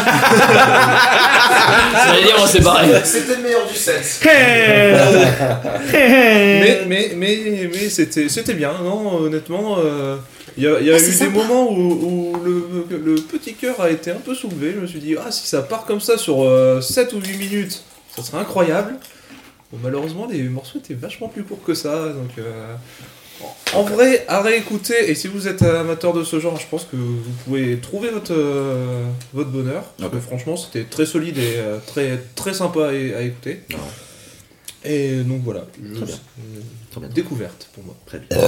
Ça veut dire, moi c'est pareil. C'était le meilleur du set. mais mais mais mais c'était c'était bien, non honnêtement. euh, Il y a, il y a Ah, eu c'est des sympa. moments où, où le, le petit cœur a été un peu soulevé. Je me suis dit, ah, si ça part comme ça sur euh, sept ou huit minutes, ça serait incroyable. Bon, malheureusement, les morceaux étaient vachement plus courts que ça. Donc, euh, en vrai, à réécouter, et si vous êtes amateur de ce genre, je pense que vous pouvez trouver votre, euh, votre bonheur. Parce que franchement, c'était très solide et euh, très, très sympa à, à écouter. Ouais. Et donc voilà, je- Très bien. euh, Très bien. découverte pour moi. Très bien.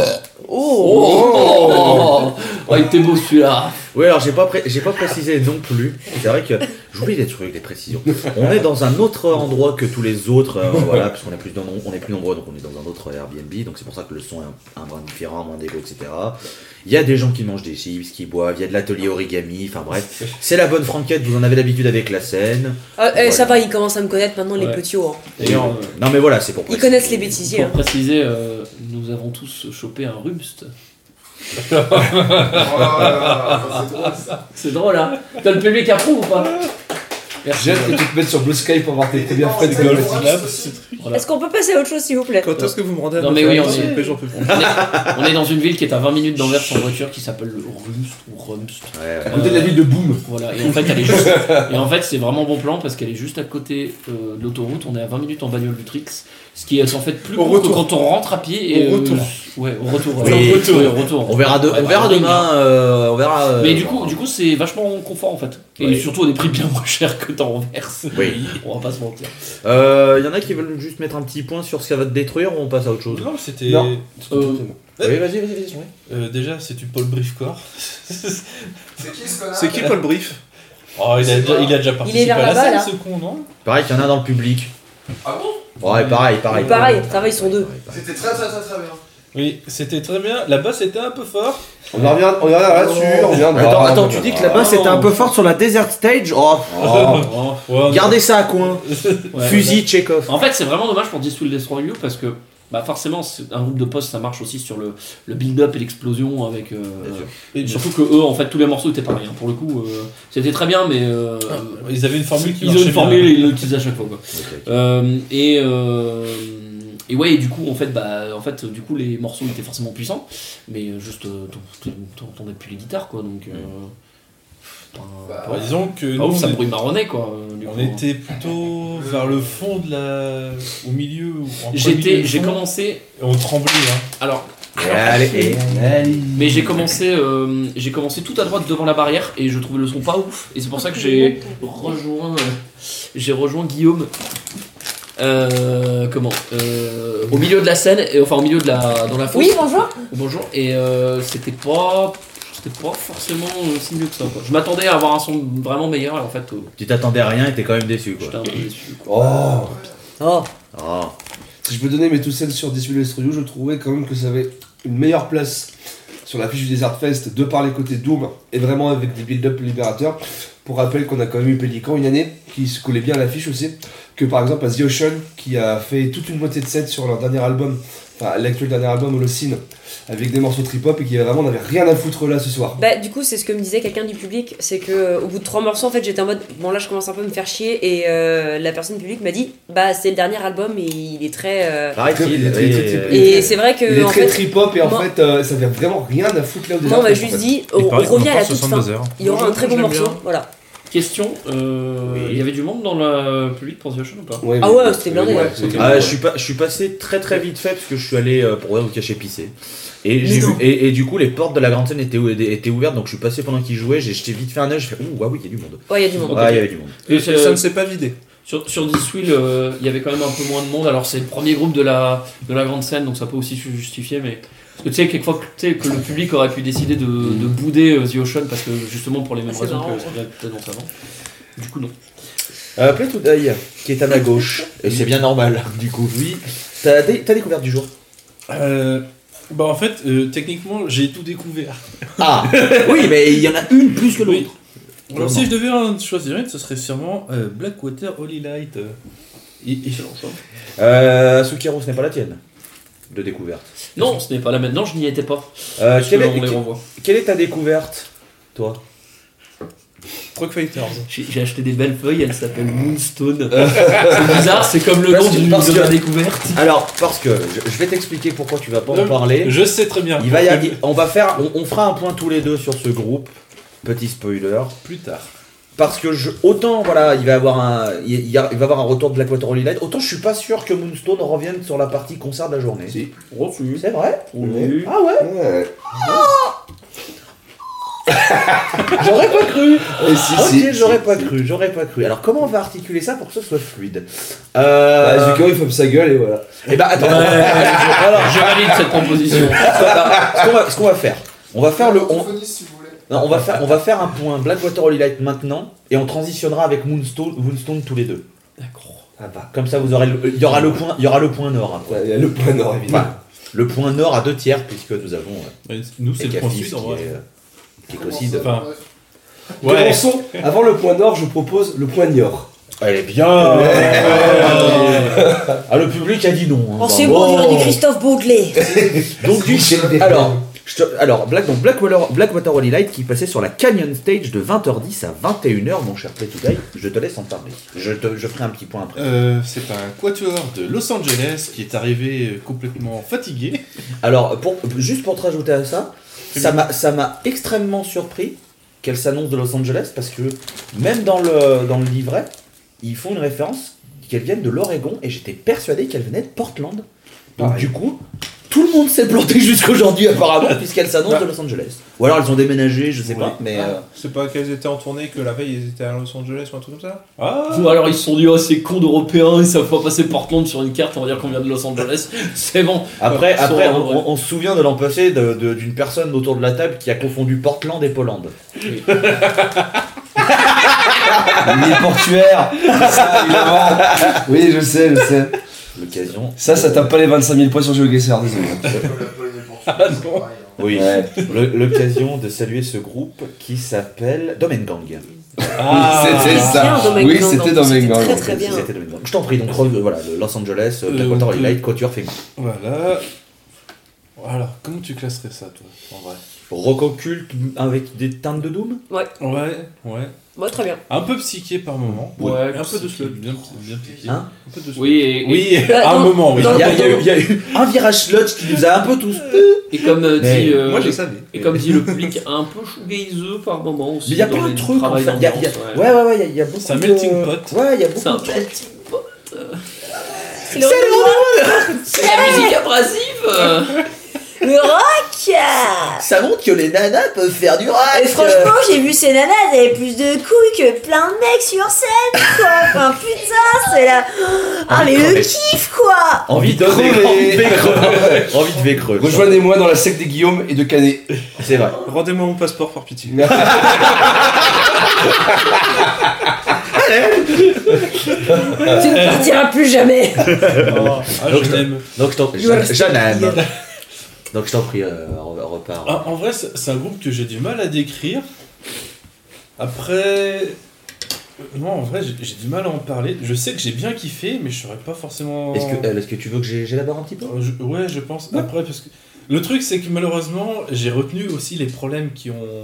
Oh, oh, il était beau celui-là. Oui, alors j'ai pas, pré- j'ai pas précisé non plus. C'est vrai que j'oublie des trucs, des précisions. On est dans un autre endroit que tous les autres, euh, voilà, parce qu'on est plus, nom- on est plus nombreux, donc on est dans un autre Airbnb, donc c'est pour ça que le son est un, un brin différent, moins d'écho, et cetera. Il y a des gens qui mangent des chips, qui boivent, il y a de l'atelier origami, enfin bref. C'est la bonne franquette, vous en avez l'habitude avec la scène. Ah, eh, Voilà. Ça va, ils commencent à me connaître maintenant, les Ouais. petits hauts. hein. D'ailleurs, euh, Non mais voilà, c'est pour Ils préciser. connaissent les bêtisiers. pour hein. préciser, euh, nous avons tous chopé un rumst. Oh là là, c'est drôle ça. C'est drôle, hein. T'as le public approuve ou pas? Merci. J'ai hâte que tu te mettes sur Blue Sky pour voir tes Et premières non, fêtes c'est golf. drôle, Là, aussi. Voilà. Est-ce qu'on peut passer à autre chose, s'il vous plaît Quand est-ce que vous me rendez à Non, votre mais oui, service, on s'il est- vous plaît, j'en peux plus. On est, on est dans une ville qui est à vingt minutes d'Anvers en voiture qui s'appelle le Rumst ou Rumst. Ouais, À ouais. côté de la ville de Boom. Voilà, et en fait, elle est juste. Et en fait, c'est vraiment bon plan parce qu'elle est juste à côté euh, de l'autoroute. On est à vingt minutes en bagnole du Trix, ce qui est en fait plus Au court que retour. quand on rentre à pied. Et, Au retour. Ouais, au retour. Oui. ouais. Au retour. ouais, au retour. On verra, de- Ouais, on verra bah, demain, euh, on verra... euh, Mais du coup, du coup, c'est vachement confort en fait. Et Ouais. surtout à des prix bien moins chers que dans Anvers. Oui. On va pas se mentir. Euh, y en a qui veulent juste mettre un petit point sur ce qu'elle va te détruire ou on passe à autre chose? Non, c'était. Non. Euh, Oui, vas-y, vas-y, vas-y. ouais. Euh, déjà, c'est du Paul Briefcore. C'est qui ce connard C'est qui Paul Brief? Oh, il a, C'est déjà, pas- il a déjà participé vers à la là-bas, scène, là. ce con, non? Pareil qu'il y en a dans le public. Ah bon? Ouais, pareil, pareil. Pareil, ça va, ils sont deux. C'était très très très très bien. Oui, c'était très bien. Là-bas, c'était un peu fort. On en revient, on y reviendra là-dessus, on reviendra. Attends, attends, tu dis que là-bas c'était un peu fort sur la Desert Stage? Oh, Oh, ouais, gardez ça à coin. ouais. Fusil Chekhov. En fait, c'est vraiment dommage pour This Will Destroy You parce que Bah forcément, c'est- un groupe de post ça marche aussi sur le, le build-up et l'explosion avec. euh, Et surtout que eux, en fait, tous les morceaux étaient pareils. hein. Pour le coup, euh, c'était très bien, mais. euh, Ils avaient une formule qui ils ont marchait une formule bien. et ils l'utilisent à chaque fois. Quoi. Ok, ok. Euh, et, euh, et ouais, et du coup, en fait, bah, en fait, du coup, les morceaux étaient forcément puissants, mais euh, juste, euh, t'en- t'en- t'entendais plus les guitares, quoi. Donc, euh, pas- Bah, pas Bah, ouf. disons que Pas nous, ouf, ça on, bruit marronnet, quoi. euh, du on coup. était plutôt vers le fond de la. au milieu. ou entre le milieu et J'étais, le j'ai fond, commencé. et on tremblait. Hein. Alors, Et allez, et allez. mais j'ai commencé, euh, j'ai commencé tout à droite devant la barrière et je trouvais le son pas ouf. Et c'est pour ça que j'ai rejoint, euh, j'ai rejoint Guillaume. Euh, comment euh, Au milieu de la scène, et, enfin au milieu de la, dans la fosse. Oui, bonjour. Bonjour. Et euh, c'était pas, c'était pas forcément euh, si mieux que ça. Quoi. Je m'attendais à avoir un son vraiment meilleur et en fait, euh, Tu t'attendais à rien et t'es quand même déçu j'étais quoi. un peu déçu. quoi. Oh Oh. Oh. Si je peux donner mes two cents sur Display Studio, je trouvais quand même que ça avait une meilleure place sur l'affiche du Desert Fest de par les côtés Doom et vraiment avec des build-up libérateurs. Pour rappel qu'on a quand même eu Pélican une année qui se collait bien à l'affiche aussi, que par exemple à The Ocean qui a fait toute une moitié de set sur leur dernier album, enfin l'actuel dernier album Holocene, avec des morceaux trip-hop et qui vraiment n'avait rien à foutre là ce soir. Bah du coup c'est ce que me disait quelqu'un du public, c'est que euh, au bout de trois morceaux en fait j'étais en mode bon là je commence un peu à me faire chier et euh, la personne du public m'a dit bah c'est le dernier album et il est très euh, Paraît-il. Il est très, et- très, très- et c'est vrai Il que est en très fait trip-hop et en moi- fait euh, ça avait vraiment rien à foutre là au moi Desert on m'a Fest, en juste fait. dit Il on, paraît on qu'on revient à la passe toute fin, soixante-deux heures. il y aura un très bon J'aime morceau, bien. voilà. Question, euh, il Oui. y avait du monde dans le public pour The Ocean ou pas? Ouais, Ah mais- ouais, c'était blindé, ouais, ouais. c'était Ah, blindé. je, suis pas, je suis passé très très vite fait parce que je suis allé euh, pour rien vous cacher pisser. Et, j'ai non. vu, et, et du coup, les portes de la grande scène étaient, ou- étaient ouvertes, donc je suis passé pendant qu'ils jouaient. J'ai jeté vite fait un œil, je fais ouh, ah oui, il y a du monde. Ouais il y a du monde. Ok. Ah, il y avait du monde. Et Ça c'est- ne s'est pas vidé. Sur, sur Diswheel, euh, il y avait quand même un peu moins de monde. Alors, c'est le premier groupe de la, de la grande scène, donc ça peut aussi se justifier. Mais parce que tu sais, quelquefois, tu sais, que le public aurait pu décider de, de bouder euh, The Ocean parce que justement pour les mêmes C'est raisons marrant. que ce qu'il y a peut-être avant. Du coup, non. Euh, Play to Die, qui est à ma gauche, et c'est bien normal, du coup. Oui. T'as dé- t'as découvert du jour. Euh, bah en fait, euh, techniquement, j'ai tout découvert. Ah oui, mais il y en a une plus que l'autre. Oui. Alors si je devais en choisir une, ce serait sûrement euh, Blackwater Holy Light. euh, Et, et je l'en Euh, Sukiro, ce n'est pas la tienne de découverte. Non, ce n'est pas là maintenant, je n'y étais pas. Euh, Parce quelle, que est, on les que- revoit. quelle est ta découverte, toi? Truck Fighters. J'ai j'ai acheté des belles feuilles, elles s'appellent Moonstone. C'est bizarre, c'est comme le Parce nom que- du, parce de que- la découverte. Alors, parce que je, je vais t'expliquer pourquoi tu vas pas en Non, parler. Je sais très bien. Il va y avoir- on va faire, on, on fera un point tous les deux sur ce groupe. Petit spoiler. Plus tard. Parce que je, autant voilà, il va avoir un, il, y a- il va avoir un retour de Blackwater Holy Light. Autant je suis pas sûr que Moonstone revienne sur la partie concert de la journée. Si. Oh, si. C'est vrai? Oui. Ah ouais? Ouais. J'aurais pas cru. Et si, Ok, si, j'aurais si, pas si. cru, j'aurais pas cru. Alors comment on va articuler ça pour que ce soit fluide? Euh... Ah, Zucchero il ferme sa gueule et voilà. Eh ben attends. Ouais, je, alors, je valide cette proposition. ce qu'on va, ce qu'on va faire, on va faire le, on, Orthophoniste, si vous voulez. non, on va faire, on va faire un point Blackwater Holy Light maintenant et on transitionnera avec Moonstone, Moonstone tous les deux. D'accord. Ça va. Comme ça vous aurez, le, il y aura le point, il y aura le point nord. Après. Ouais, il y a le point nord évidemment. Enfin, le point nord à deux tiers puisque nous avons euh, Ouais, Nous, c'est le point Ekafis sud en qui vrai. est, euh, qui Comment coside. ça, Enfin, bref. Ouais. Commençons. Avant le point nord, je propose le point nord. Elle est bien. Ah, le public a dit non. hein. Oh c'est Bravo. bon, on dirait du Christophe Baudelaire. Donc du Michel Berger. alors, je te- alors Black, donc Blackwater, Blackwater Holy Light qui passait sur la Canyon Stage de vingt heures dix à vingt et une heures, mon cher Play to Die. Je te laisse en parler. Je, te, je ferai un petit point après. Euh, c'est un quatuor de Los Angeles qui est arrivé euh, complètement fatigué. Alors, pour, juste pour te rajouter à ça, ça m'a, ça m'a extrêmement surpris qu'elle s'annonce de Los Angeles parce que même dans le, dans le livret, ils font une référence qu'elle vienne de l'Oregon et j'étais persuadé qu'elle venait de Portland. Donc Pareil. du coup, tout le monde s'est planté jusqu'aujourd'hui apparemment puisqu'elle s'annonce de Los Angeles. Ou alors ils ont déménagé, je sais pas, mais... euh, C'est pas qu'elles étaient en tournée, que la veille ils étaient à Los Angeles ou un truc comme ça? Ah Ou alors ils se sont dit, oh c'est con d'Européens, ils savent pas passer Portland sur une carte, on va dire qu'on vient de Los Angeles. C'est bon. Après, Sur- après on, on- on se souvient de l'an passé de- de- d'une personne autour de la table qui a confondu Portland et Poland. Il est portuaire. C'est ça, évidemment. Oui, je sais, je sais. L'occasion. Ça, ça tape pas les vingt-cinq mille points sur GeoGuessr, désolé. Comme la Pologne et le Portugal, c'est pareil, hein. Oui, Ouais. Le- l'occasion de saluer ce groupe qui s'appelle Domengang. Ah, c'était Bien ça. dans Mengand, Oui, en c'était plus, dans c'était Mengand. très très bien. C'était dominant. Je t'en prie, donc re- voilà, le Los Angeles, Euh, Blackwater on peut- Light, Couture féminin. Voilà. Alors, comment tu classerais ça, toi, en vrai? Rock occulte avec des teintes de doom. Ouais, ouais. Moi, très bien. Un peu psyché par moment. Ouais, un peu de psyché. sludge, bien, bien psyché. Hein Un peu de sludge. Oui, et, Oui, Euh, à un non, moment, oui. non, Il y, a- il y a eu- il y a eu un virage sludge qui nous a un peu tous. et comme euh, Mais dit, euh, Moi, je savais. et comme dit le public, un peu shoegaiseux par moment aussi. Mais il y a dans plein les de trucs en travails fait. Il y a- il y a- d'ambiance, Ouais, ouais, ouais, il y a- il y a beaucoup C'est un de. melting pot. Ouais, il y a C'est un beaucoup de trucs. petit pot. euh, C'est le C'est la musique abrasive. euh. Le rock. Ça montre que les nanas peuvent faire du rock. Et franchement, j'ai vu ces nanas, elles avaient plus de couilles que plein de mecs sur scène, quoi. Enfin, putain, c'est la. Ah, mais le kiff, quoi. Envie de crever. Envie de vécreux. Envie de vécreux. Rejoignez-moi dans la secte des Guillaume et de Canet. C'est vrai. Rendez-moi mon passeport par pitié. Tu ne partiras plus jamais. Ah, je t'aime. Donc je t'en You are je- je l'aime. Donc je t'en prie, euh, re- repars. Ah, en vrai, c'est c'est un groupe que j'ai du mal à décrire. Après. Non, en vrai, j'ai j'ai du mal à en parler. Je sais que j'ai bien kiffé, mais je saurais pas forcément. Est-ce que, euh, est-ce que tu veux que j'ai- j'élabore un petit peu Euh, je- Ouais, je pense. Après, parce que. Le truc, c'est que malheureusement, j'ai retenu aussi les problèmes qui ont.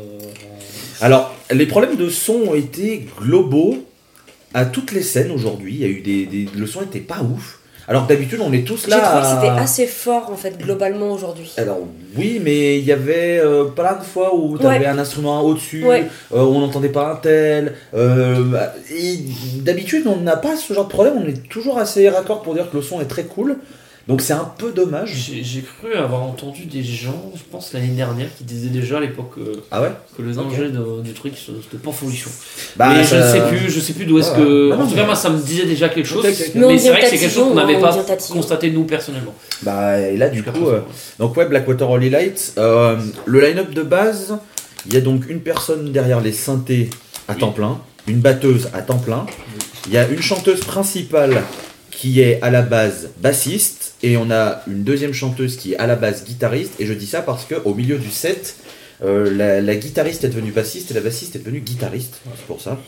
Alors, les problèmes de son ont été globaux à toutes les scènes aujourd'hui. Il y a eu des, des... Le son était pas ouf. Alors que d'habitude, on est tous J'ai là. trouvé que à- c'était assez fort, en fait, globalement, aujourd'hui. Alors oui, mais il y avait euh, plein de fois où tu avais Ouais. un instrument au-dessus, Ouais. euh, on n'entendait pas un tel. euh, et d'habitude, on n'a pas ce genre de problème, on est toujours assez raccord pour dire que le son est très cool. Donc c'est un peu dommage. J'ai j'ai cru avoir entendu des gens, je pense l'année dernière, qui disaient déjà à l'époque euh, Ah ouais que les ingés de- du truc c'était pas folichon. Bah, mais ça- je ne sais plus, je sais plus d'où est-ce Ouais, que. ouais. Ah non, en tout mais- cas, moi, ça me disait déjà quelque chose. Ok, ok, ok. Mais on Mais c'est vient vrai que c'est quelque chose qu'on tatillon, n'avait on pas vient tatillon. constaté nous personnellement. Bah et là du Jusqu'à coup, présent. euh, donc ouais, Blackwater Holy Light, euh, le line-up de base, il y a donc une personne derrière les synthés à temps plein, une batteuse à temps plein, il y a une chanteuse principale qui est à la base bassiste, et on a une deuxième chanteuse qui est à la base guitariste, et je dis ça parce que au milieu du set, euh, la, la guitariste est devenue bassiste et la bassiste est devenue guitariste, c'est pour ça.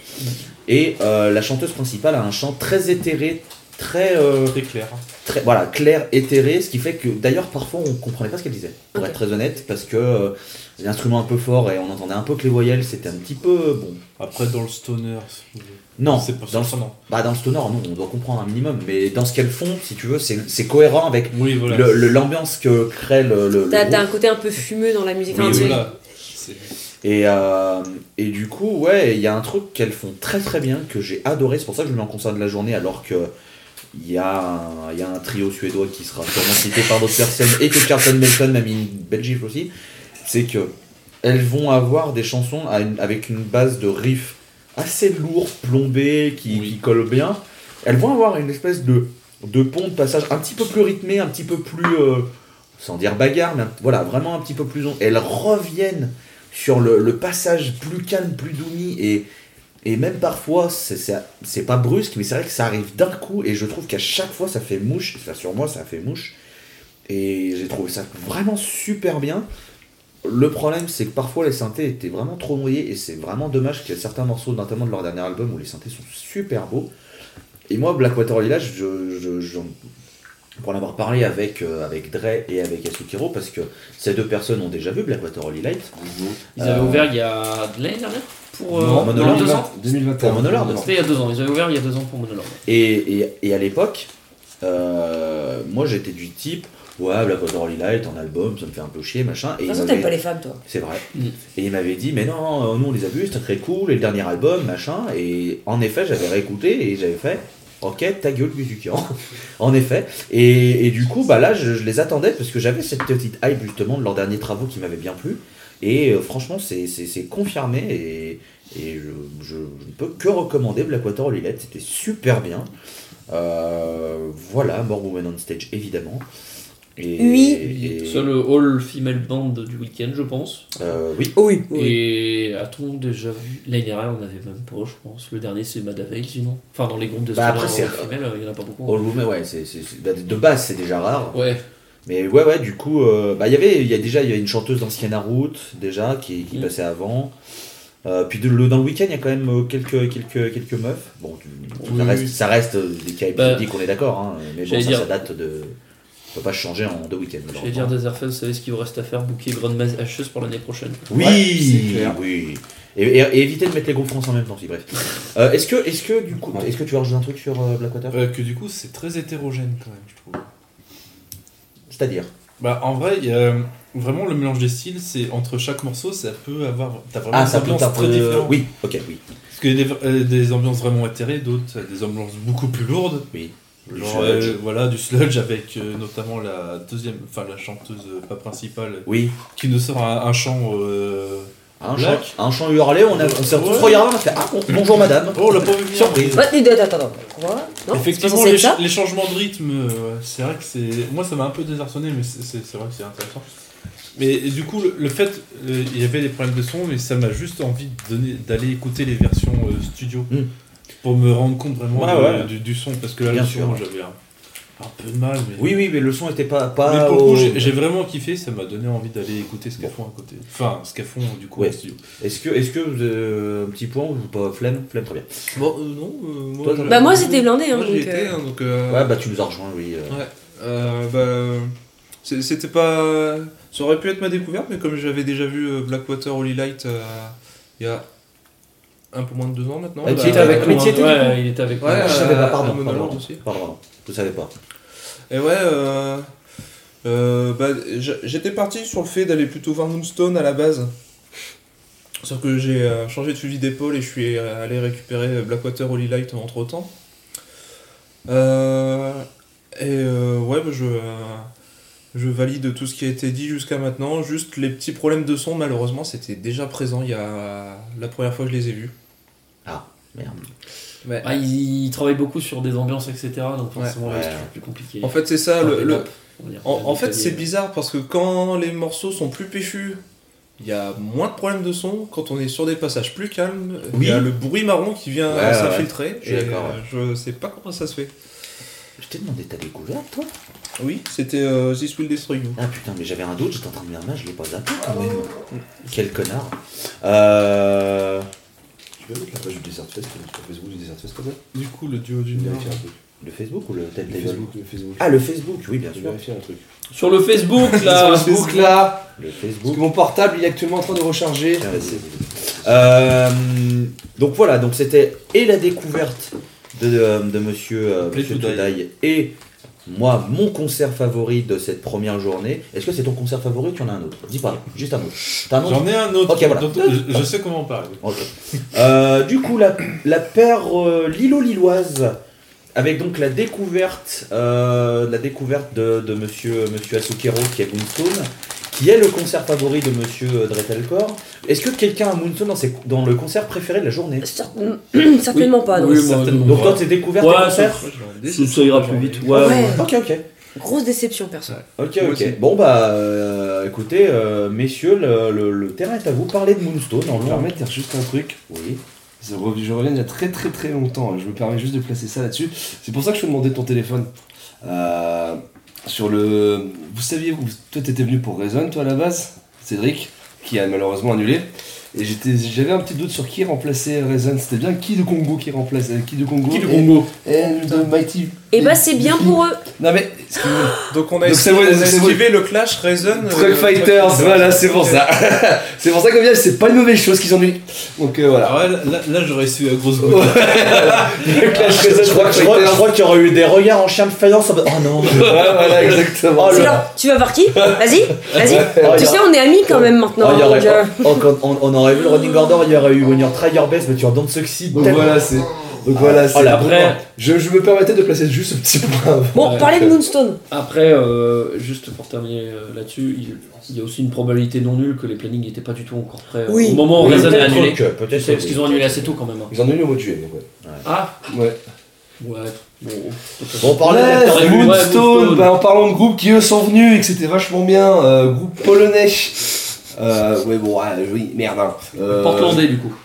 Et euh, la chanteuse principale a un chant très éthéré, très... euh, Très clair. très voilà, clair, éthéré, ce qui fait que d'ailleurs parfois on comprenait pas ce qu'elle disait, pour Ok. être très honnête, parce que euh, l'instrument un peu fort et on entendait un peu que les voyelles, c'était un petit peu bon. Après, dans le stoner. c'est- Non, c'est pas dans le, surprenant. bah, dans le stoner, non, on doit comprendre un minimum, mais dans ce qu'elles font, si tu veux, c'est c'est cohérent avec Oui, voilà. le- le- l'ambiance que crée le. le- le T'as groupe. t'as un côté un peu fumeux dans la musique. Oui, Enfin, tu sais, voilà. C'est- Et, euh, et du coup, ouais, il y a un truc qu'elles font très très bien, que j'ai adoré, c'est pour ça que je le mets en concert de la journée, alors que il y, a un- il y a un trio suédois qui sera sûrement cité par d'autres personnes, et que Carlton Melton m'a mis une belle gifle aussi, c'est que elles vont avoir des chansons à une- avec une base de riff assez lourd, plombé, qui, Oui. qui colle bien. Elles vont avoir une espèce de, de pont de passage un petit peu plus rythmé, un petit peu plus, euh, sans dire bagarre, mais un- voilà, vraiment un petit peu plus long. Elles reviennent sur le, le passage plus calme, plus doumi, et, et même parfois, c'est- c'est c'est pas brusque, mais c'est vrai que ça arrive d'un coup, et je trouve qu'à chaque fois, ça fait mouche, ça sur moi, ça fait mouche, et j'ai trouvé ça vraiment super bien. Le problème, c'est que parfois les synthés étaient vraiment trop noyés, et c'est vraiment dommage qu'il y ait certains morceaux, notamment de leur dernier album, où les synthés sont super beaux. Et moi, Blackwater Holy Light, je, je, je- pour en avoir parlé avec, euh, avec Dre et avec Yasukiro, parce que ces deux personnes ont déjà vu Blackwater Holy Light. Ils avaient Euh, ouvert il y a de l'année dernière pour euh, Non, Monolord. deux ans. deux mille vingt et un. Pour Monolord. C'était il y a deux ans. Ils avaient ouvert il y a deux ans pour Monolord. Et, et, et à l'époque, euh, moi j'étais du type, ouais, Blackwater Holy Light en album, ça me fait un peu chier, machin. Et De il toute façon, m'avait- t'aimes pas les femmes, toi. C'est vrai. Mm. Et il m'avait dit, mais non, nous on les a vus, c'était très cool, et le dernier album, machin. Et en effet, j'avais réécouté et j'avais fait, ok, ta gueule, Guzukian. En effet. Et, et du coup, bah là, je, je les attendais parce que j'avais cette petite hype justement de leurs derniers travaux qui m'avaient bien plu. Et euh, franchement, c'est c'est- c'est confirmé et, et je, je- je ne peux que recommander Blackwater Holy Light, c'était super bien. Euh, voilà, More Women on Stage évidemment. Et, Oui. et- Seul le all female band du week-end, je pense. euh, oui. Oui. Et a-t-on déjà vu l'année dernière, on avait même pas, je pense. Le dernier, c'est Madavale, sinon. Enfin, dans les groupes de Bah, stoner après, c'est- all female, il y en a pas beaucoup. All Women, ouais, c'est, c'est- c'est- bah, de base c'est déjà rare. Ouais. Mais ouais, ouais, du coup, euh, bah, il y avait, il y a déjà, il y a une chanteuse d'Ancienne à Route, déjà, qui, qui Mm. passait avant. Euh, puis de, le, dans le week-end, il y a quand même euh, quelques, quelques, quelques meufs. Bon, tu- Oui, ça, reste, oui. ça reste euh, des cas Bah, épisodiques, on est d'accord, hein, mais bon, j'allais ça, dire- ça date de. On peut pas se changer en deux week-ends. J'allais dire Dazerfest, vous savez ce qu'il vous reste à faire, booker Grande Hacheuse pour l'année prochaine. Oui, Ouais, c'est clair. oui. Et, et- et éviter de mettre les groupes France en même temps, si bref. Euh, est-ce que, est-ce que du coup, est-ce que tu as rajouté un truc sur euh, Blackwater Euh, que du coup, c'est très hétérogène quand même, je trouve. C'est-à-dire Bah, en vrai, il y a vraiment le mélange des styles, c'est entre chaque morceau, ça peut avoir. T'as vraiment Ah, des ça peut ambiances être un très peu. différentes. Oui, ok, oui. Parce qu'il y a des, euh, des ambiances vraiment éthérées, d'autres euh, des ambiances beaucoup plus lourdes. Oui. Du Genre, sludge. euh, voilà, du sludge avec euh, notamment la deuxième, enfin la chanteuse euh, pas principale, Oui. qui nous sort un, un chant. Euh... Un chant, Black. un chant hurlé, on, a, on s'est tous Ouais. regardés, on a fait Ah, bon- bonjour madame. Oh, on l'a pas vu venir. Surprise. Ouais, attends, attends, attends. Quoi Non, Effectivement, c'est pas censé les, être ça. les changements de rythme, euh, c'est vrai que c'est. Moi, ça m'a un peu désarçonné, mais c'est c'est- c'est vrai que c'est intéressant. Mais et du coup, le, le fait, euh, il y avait des problèmes de son, mais ça m'a juste envie de donner- d'aller écouter les versions euh, studio Mm. pour me rendre compte vraiment Ah de- ouais. du, du son, parce que là, Bien le sûr, son, ouais. j'avais un, un peu de mal. Mais... Oui, oui, mais le son était pas. pas Mais pour le coup, au- j'ai j'ai vraiment kiffé, ça m'a donné envie d'aller écouter ce qu'elles font à côté. Enfin, ce qu'elles font du coup Ouais. en studio. Est-ce que, est-ce que euh, un petit point ou pas flemme, flemme très bien. Bon, euh, non. euh, moi, Toi, je- Bah, moi, c'était blindé, hein, Moi, j'y donc, étais, euh, hein, donc. euh, Ouais, bah tu nous as rejoint, oui. euh. Ouais. Euh, bah, c'est- c'était pas. Ça aurait pu être ma découverte, mais comme j'avais déjà vu euh, Blackwater Holy Light euh, il y a un peu moins de deux ans maintenant. Ah, tu bah, y étais avec moi, moi, tu y étais, ouais, du coup il était avec Ouais, moi. je savais pas, à- pardon. à Monoland Pardon, aussi. pardon, pardon. Je savais pas. Et ouais, euh, euh, bah, j'- j'étais parti sur le fait d'aller plutôt voir Moonstone à la base. Sauf que j'ai euh, changé de fusil d'épaule et je suis euh, allé récupérer Blackwater Holy Light entre temps. Euh, et euh, ouais, bah, je, euh, je valide tout ce qui a été dit jusqu'à maintenant. Juste les petits problèmes de son, malheureusement, c'était déjà présent il y a la première fois que je les ai vus. Merde. Ouais. Ah, il, il travaille beaucoup sur des ambiances, et cetera. Donc forcément, Ouais. là, c'est Ouais. toujours plus compliqué. En fait, c'est ça. Enfin, le, les le- nappes, on va dire. En, en Les fait, claviers. c'est bizarre parce que quand les morceaux sont plus péchus, il y a moins de problèmes de son. Quand on est sur des passages plus calmes, il Oui. y a le bruit marron qui vient Ouais, euh, ouais, s'infiltrer. je suis et, d'accord, euh, Je sais pas comment ça se fait. Je t'ai demandé ta découverte, toi. Oui, c'était euh, This Will Destroy You. Ah putain, mais j'avais un doute, j'étais en train de me dire, merde, je l'ai pas zappé quand même. Quel connard. Euh. Tu peux mettre la page du Desert Fest sur Facebook du Desert Fest comme ça Du coup, le duo Je junior. vais vérifier un truc. Le Facebook ou le Le Telltale Facebook, le Facebook. Ah, le Facebook, oui, bien Je vais sûr. vérifier un truc. Sur le Facebook, Sur là. le Facebook là Le Parce Facebook. que mon portable il est actuellement en train de recharger. Tiens, vas-y. Euh, donc voilà, donc c'était et la découverte de, de, de monsieur, euh, Play monsieur to Die. Todai et moi, mon concert favori de cette première journée. Est-ce que c'est ton concert favori ou tu en as un autre? Dis pas, juste un autre. T'as un autre? J'en ai un autre, Ok, voilà. dont je, je sais comment en parler. Ok. Euh, du coup, la, la paire euh, Lilo-Lilloise, avec donc la découverte, euh, la découverte de, de monsieur, monsieur Asukero qui est Moonstone, qui est le concert favori de monsieur euh, Dretelcore. Est-ce que quelqu'un a Moonstone dans, ses- dans le concert préféré de la journée? Certain- Certainement pas, non. Oui, moi, Certainement. Donc toi, t'es découvert Ouais, tes concerts? Ça, ça ira plus vite. Ouais, Ouais. ouais. Ok, ok. Grosse déception, perso. Ok, Moi ok. aussi. Bon bah, euh, écoutez, euh, messieurs, le, le- le terrain est à vous. Parlez de Moonstone en Je me long. permets de dire juste un truc. Oui. Je reviens je reviens il y a très très très longtemps. Je me permets juste de placer ça là-dessus. C'est pour ça que je te demandais ton téléphone. Euh, sur le. Vous saviez, vous, toi t'étais venu pour Reason, toi à la base, Cédric, qui a malheureusement annulé. Et j'étais, j'avais un petit doute sur qui remplaçait Reason. C'était bien qui de Congo qui remplaçait qui de Congo Qui de et- Congo Et de Mighty. Et bah, c'est bien pour eux. Non mais. ce qui me- Donc on a Donc esquivé, c'est vrai, on a c'est esquivé le clash Reason. Truck euh, Fighters, Truck voilà, c'est pour ça. C'est pour ça qu'au final, c'est pas une mauvaise chose qu'ils ennuient. Donc euh, voilà. Alors là, là, là, j'aurais su la grosse goutte. Le Clash Reason, Je crois, Truck je crois- je Fighters. crois qu'il y aurait eu des regards en chien de faïence en mode, oh non. Ouais, voilà, exactement. Oh, C'est le- là, tu vas voir qui? Vas-y, vas-y. Oh, Tu il y a- sais, on est amis quand même Oh, maintenant. il y aurait- donc, euh, oh, quand on, on aurait vu le running order, il y aurait eu When Your Try Your Best, but you don't succeed. Donc tellement. voilà, c'est. Donc voilà, c'est. Oh, la Après, Je, je me permettais de placer juste ce petit point avant. Bon, Ouais. parlez de Moonstone. Après, euh, juste pour terminer euh, là-dessus, il, il y a aussi une probabilité non nulle que les plannings n'étaient pas du tout encore prêts. euh, Oui. Au moment où Oui, Reason est peut-être annulé. que- peut-être C'est parce que qu'ils oui. ont annulé assez tôt quand même. hein. Ils en ont eu au mois de juillet, donc ouais. Ah Ouais. Ouais. Bon. Bon, on parlait Ouais, d'acteurs c'est de Moon. Moonstone, Moonstone. bah, en parlant de groupes qui eux sont venus et que c'était vachement bien, euh, groupe polonais. Euh, ouais, bon, ouais, oui, merde. Hein. Euh, Portlandais du coup.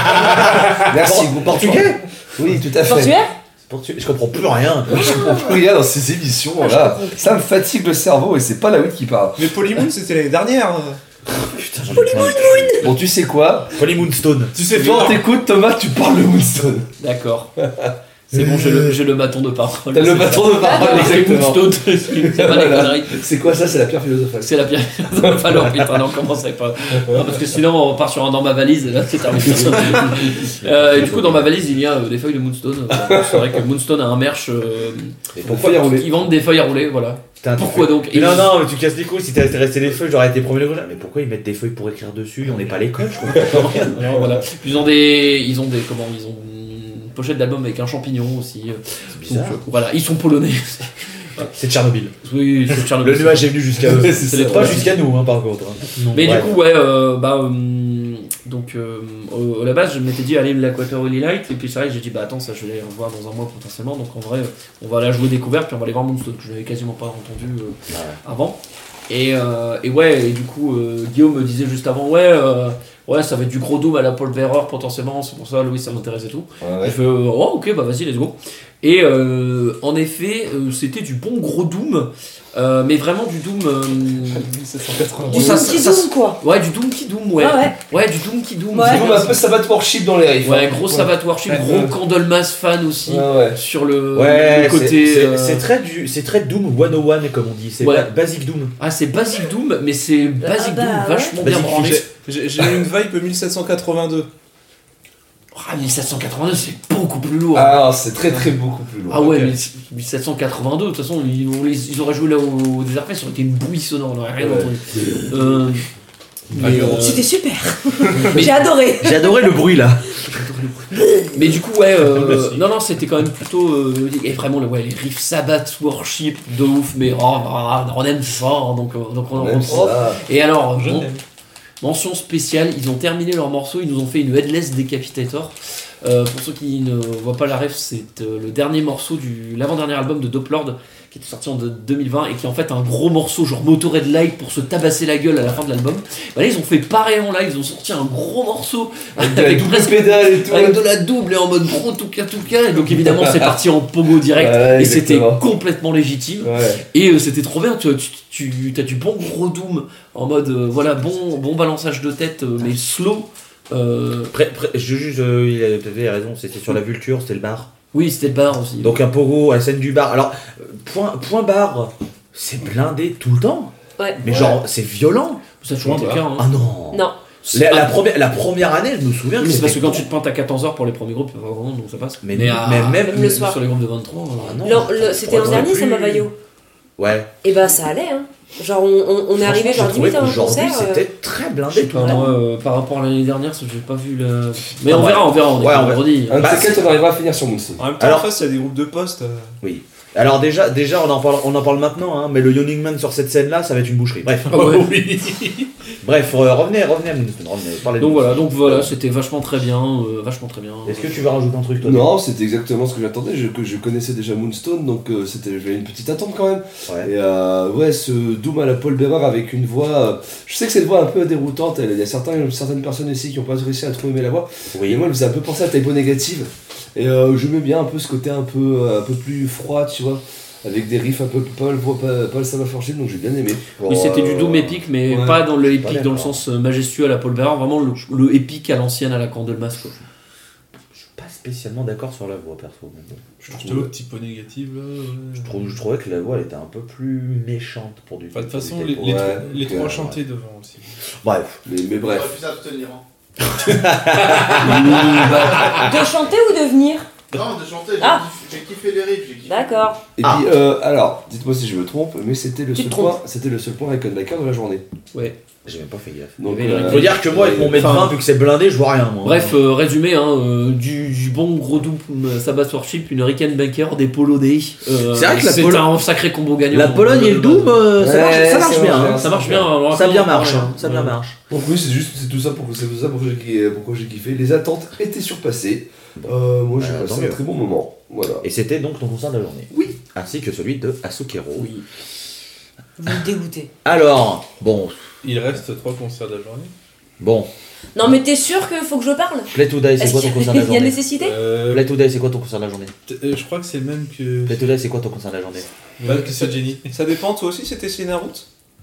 Merci, Por- groupe portugais Oui, tout à fait. Portugal? Portugais. Je comprends plus rien. Je comprends plus rien dans ces émissions là. Ça me fatigue le cerveau et c'est pas la huit qui parle. Mais Polymoon, c'était l'année dernière. Putain, j'en ai plein. Bon, tu sais quoi? Polly Moonstone. Tu sais toi, t'écoutes Thomas, tu parles de Moonstone. D'accord. C'est bon, j'ai le, j'ai le bâton de parole. T'as le bâton de parole, exactement. Moonstone, c'est pas des Voilà. conneries. C'est quoi ça? C'est la pierre philosophale. C'est la pierre. Alors putain, non, commence avec pas. Non, parce que sinon on repart sur un dans ma valise et là c'est terminé. euh, et du coup dans ma valise il y a euh, des feuilles de Moonstone. Euh, c'est vrai que Moonstone a un merch. Euh, Et pourquoi y rouler? Ils vendent des feuilles à rouler, voilà. Putain, Pourquoi tu fais- donc? Mais Et non, ils- non, mais tu casses les couilles. Si t'avais resté les feuilles, j'aurais été premier le Mais pourquoi ils mettent des feuilles pour écrire dessus? On n'est pas à l'école, je comprends rien. Alors, voilà. Ils ont des, ils ont des, comment, ils ont une pochette d'album avec un champignon aussi. euh, C'est bizarre. donc, euh, voilà, ils sont polonais. C'est Tchernobyl. Oui, c'est Tchernobyl. Le nuage est venu jusqu'à eux. C'est C'est ça. pas jusqu'à nous, hein, par contre. hein. Mais Ouais. du coup, ouais, euh, bah, euh, donc, euh, au- à la base, je m'étais dit aller l'Aquator Holy Light, et puis c'est vrai que j'ai dit, bah attends, ça je vais les revoir dans un mois potentiellement, donc en vrai, on va la jouer découverte, puis on va aller voir Moonstone, que je n'avais quasiment pas entendu euh, Ouais. avant. Et, euh, et ouais, et du coup, euh, Guillaume me disait juste avant, ouais, euh, ouais, ça va être du gros Doom à la Paul Bearer potentiellement, c'est pour ça, Louis, ça m'intéresse et tout. Ouais, J'ai ouais. fait, euh, oh ok, bah vas-y, let's go. Et euh, en effet, euh, c'était du bon gros Doom, euh, mais vraiment du Doom. euh, sept cent quatre-vingts. Oh, ça- Petit ça- zoom, quoi. Ouais, du Doom qui Doom, ouais. Ah ouais. Ouais, du Doom qui Doom. Ouais. c'est C'est bien un ça. peu Sabbath Worship dans les riffs. Ouais, hein. gros Sabbath Worship, Ouais. gros Candlemas fan aussi. Ouais, ouais. Sur le, Ouais, le c'est- côté. c'est euh, c'est très, du- c'est très Doom cent un, comme on dit. C'est Ouais. ba- Basic Doom. Ah, c'est Basic Doom, mais c'est Basic bah, Doom ouais. vachement bien Basic branlé. Doom, J'ai j'ai eu une vibe mille sept cent quatre-vingt-deux. Ah, mille sept cent quatre-vingt-deux, c'est beaucoup plus lourd. Ah, c'est très très beaucoup plus lourd. Ah ouais, ok. mais mille sept cent quatre-vingt-deux, de toute façon, ils, on les- ils auraient joué là au Desert Fest, ça aurait été une bouillie sonore, on n'aurait rien Ouais. entendu. Euh, mais, Ah, euh, C'était super. Mais- J'ai adoré. J'ai adoré le bruit là. mais du coup, ouais, euh, Classique. non, non, c'était quand même plutôt. Euh, et vraiment, ouais, les riffs Sabbath Worship de ouf, mais oh, oh, on aime ça, hein, donc, euh, donc on en Même reprend. ça. Et alors, Je bon, l'aime. mention spéciale, ils ont terminé leur morceau, ils nous ont fait une Headless Decapitator. Euh, pour ceux qui ne voient pas la ref, c'est euh, le dernier morceau du l'avant-dernier album de Dope Lord qui était sorti en de- deux mille vingt et qui est en fait un gros morceau genre Motorhead live pour se tabasser la gueule à la fin de l'album. Bah là ils ont fait pareil en live, ils ont sorti un gros morceau Avec de la double pédale et tout. avec de la double et en mode gros tout cas tout cas et donc évidemment c'est parti en pogo direct Ouais, et c'était exactement. complètement légitime. Ouais. Et euh, c'était trop bien, tu, tu, tu as du bon gros Doom en mode euh, voilà bon, bon balançage de tête euh, mais slow. Euh, Pré- pré- je juge, euh, il a peut-être raison, c'était sur la Vulture, c'était le bar. oui, c'était le bar aussi. Donc un pogo à la scène du bar. Alors, euh, point, point bar, c'est blindé tout le temps. Ouais. Mais Ouais. genre, c'est violent. ça a toujours été le Ouais. cas. Hein. Ah non. Non. La, la première, la première année, je me souviens Oui, que c'est parce que c'était quand tu te pointes à quatorze heures pour les premiers groupes, euh, vraiment, donc ça passe. Mais- à- mais même- Même le soir. sur les groupes de vingt-trois. euh, Ah non. L'an- le- C'était l'an Ouais, dernier, plus- ça Mavayo. Ouais. Et bah ça allait, hein. Genre on, on, on est arrivé genre dix minutes avant le Aujourd'hui, concert. euh, c'était très Je sais blindé tout pas, le temps. moi, euh, par rapport à l'année dernière, ça, j'ai pas vu le. Mais Ah, on ouais. verra, on verra, on est Ouais, pas on verra. vendredi. Un de Bah, ces quatre, on arrivera à finir sur Moonstone. En même temps, Alors- en face, il y a des groupes de postes. euh, Oui. Alors déjà, déjà on, en parle, on en parle maintenant, hein, mais le Yawning Man sur cette scène-là, ça va être une boucherie. Bref. Ah ouais. Oui. Bref, euh, revenez, revenez à Moonstone, revenez, parlez de Donc voilà, Moonstone. donc voilà, c'était vachement très bien, euh, vachement très bien. Est-ce que tu veux rajouter un truc, toi Non, c'était exactement ce que j'attendais. Je, que je connaissais déjà Moonstone, donc euh, c'était, j'avais une petite attente quand même. Ouais. Et euh, ouais, ce Doom à la Paul Bearer avec une voix. euh, je sais que c'est une voix un peu déroutante. Il y a certains, certaines personnes ici qui n'ont pas réussi à trop aimer la voix. Et Oui. moi, elle me faisait un peu penser à Typo Négative. Et euh, j'aimais bien un peu ce côté un peu, euh, un peu plus froid, tu vois. Avec des riffs un peu. Pas, pas, pas, pas le Sabbath Worship, donc j'ai bien aimé. Oui, c'était du Euh, Doom épique, mais ouais. pas dans le pas épique dans le d'accord. sens euh, majestueux à la Paul Bearer, vraiment le, le épique à l'ancienne à la Candlemas. Quoi. Je suis pas spécialement d'accord sur la voix, perso. mais bon. Je trouve le petit peu négatif là. ouais. Je, trouve, je trouvais que la voix elle était un peu plus méchante pour du Enfin, de toute pour façon, du les, tempo. les, Ouais, trois- les ouais, trois ouais. chantaient devant aussi. Bref. Mais, mais bref. J'aurais pu s'abstenir. Hein. De chanter ou de venir? Non, de chanter, j'ai Ah. kiffé- j'ai kiffé les riffs, j'ai kiffé. D'accord. Et Ah. puis, euh, alors, dites-moi si je me trompe, mais c'était le Tu seul te trompes. point, c'était le seul point Rickenbacker de la journée. Ouais. J'ai même pas fait gaffe. Donc, Il y avait euh, Faut dire que moi, avec mon mètre Enfin, vingt, vu que c'est blindé, je vois rien, moi. Bref, euh, résumé, hein, euh, du, du bon gros Doom euh, Sabbath Worship, une Rickenbacker, des Polo Day. Euh, C'est vrai que la c'est Polo- un sacré combo gagnant. La Pologne et le Doom, euh, ça Ouais, marche, ça ça marche marche bien. bien. hein. Ça marche bien. alors, Ça après, bien on marche, parle, hein, ça bien ouais. marche. Donc oui, c'est juste, c'est tout ça pour c'est tout ça pour que j'ai, pourquoi j'ai kiffé. Les attentes étaient surpassées. Euh, moi, j'ai Euh, tant passé mieux. un très bon moment. Voilà. Et c'était donc ton concert de la journée. Oui. Ainsi que celui de Asukero. Oui. Vous me dégoûtez. Alors, bon, Il reste trois concerts de la journée. bon. Non mais t'es sûr qu'il faut que je parle? Play Today, c'est Est-ce quoi ton qu'il concert de la y a journée nécessité? Euh, Play Today, c'est quoi ton concert de la journée t- euh, je crois que c'est le même que. Play Today, c'est quoi ton concert de la journée Même que ça, Jenny. Ça dépend, toi aussi, c'était Céline Route?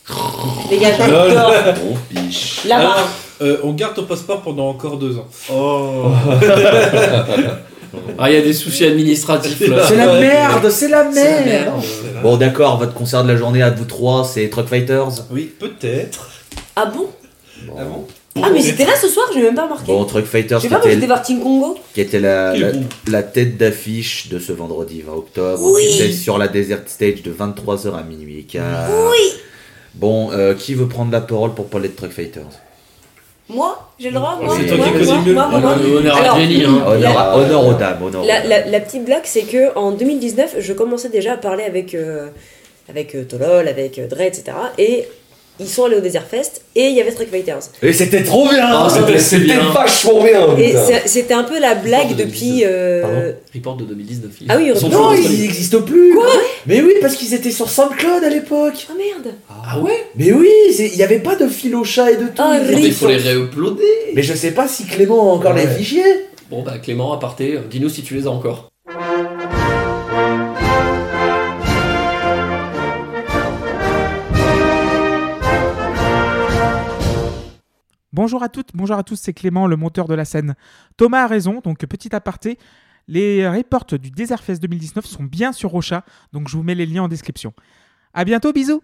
Les gars, j'adore. Bon piche. Là-bas. Alors, euh, on garde ton passeport pendant encore deux ans. Oh. Ah, il y a des soucis administratifs là. C'est la merde, c'est la C'est la merde. merde. Bon d'accord, votre concert de la journée à vous trois, c'est Truck Fighters. Oui, peut-être. Ah bon? Ah bon? Ah, mais j'étais là ce soir, j'ai même pas remarqué. Bon, Truck Fighters Je sais qui pas, moi était, j'étais voir King Kongo. qui était la, Quel la, bon. la tête d'affiche de ce vendredi vingt octobre. Oui. Qui était sur la Desert Stage de vingt-trois heures à minuit et quart. Oui. Bon, euh, qui veut prendre la parole pour parler de Truck Fighters? Moi, j'ai le droit, moi, C'est moi, toi qui moi, connais moi, mieux. moi, moi, moi. Honneur Alors, à Jenny. Hein. Honneur, La- à- honneur aux dames, honneur aux La, dames. la, la petite blague, c'est que en deux mille dix-neuf, je commençais déjà à parler avec, euh, avec euh, Tolol, avec euh, Dre, et cetera. Et ils sont allés au Desert Fest et il y avait Truck Fighters. Et c'était trop bien. Ah, c'était C'était bien. vachement bien. Et putain. c'est- c'était un peu la blague de depuis. euh, Pardon Report de deux mille dix-neuf. Ah oui, Ils sont non, Non, toujours ils disponibles. n'existent plus. Quoi? Mais oui, parce qu'ils étaient sur SoundCloud à l'époque. Ah merde. Ah ouais. Mais oui, c'est- il n'y avait pas de fil au chat et de tout. Ah, Ils rip. étaient Il faut sur- les réuploader. Mais je sais pas si Clément a encore Ouais. les fichiers. Bon bah Clément, à parté, dis-nous si tu les as encore. Bonjour à toutes, bonjour à tous, c'est Clément, le monteur de la scène. Thomas a raison, donc petit aparté, les reports du Desert Fest deux mille dix-neuf sont bien sur Rocha, donc je vous mets les liens en description. À bientôt, bisous.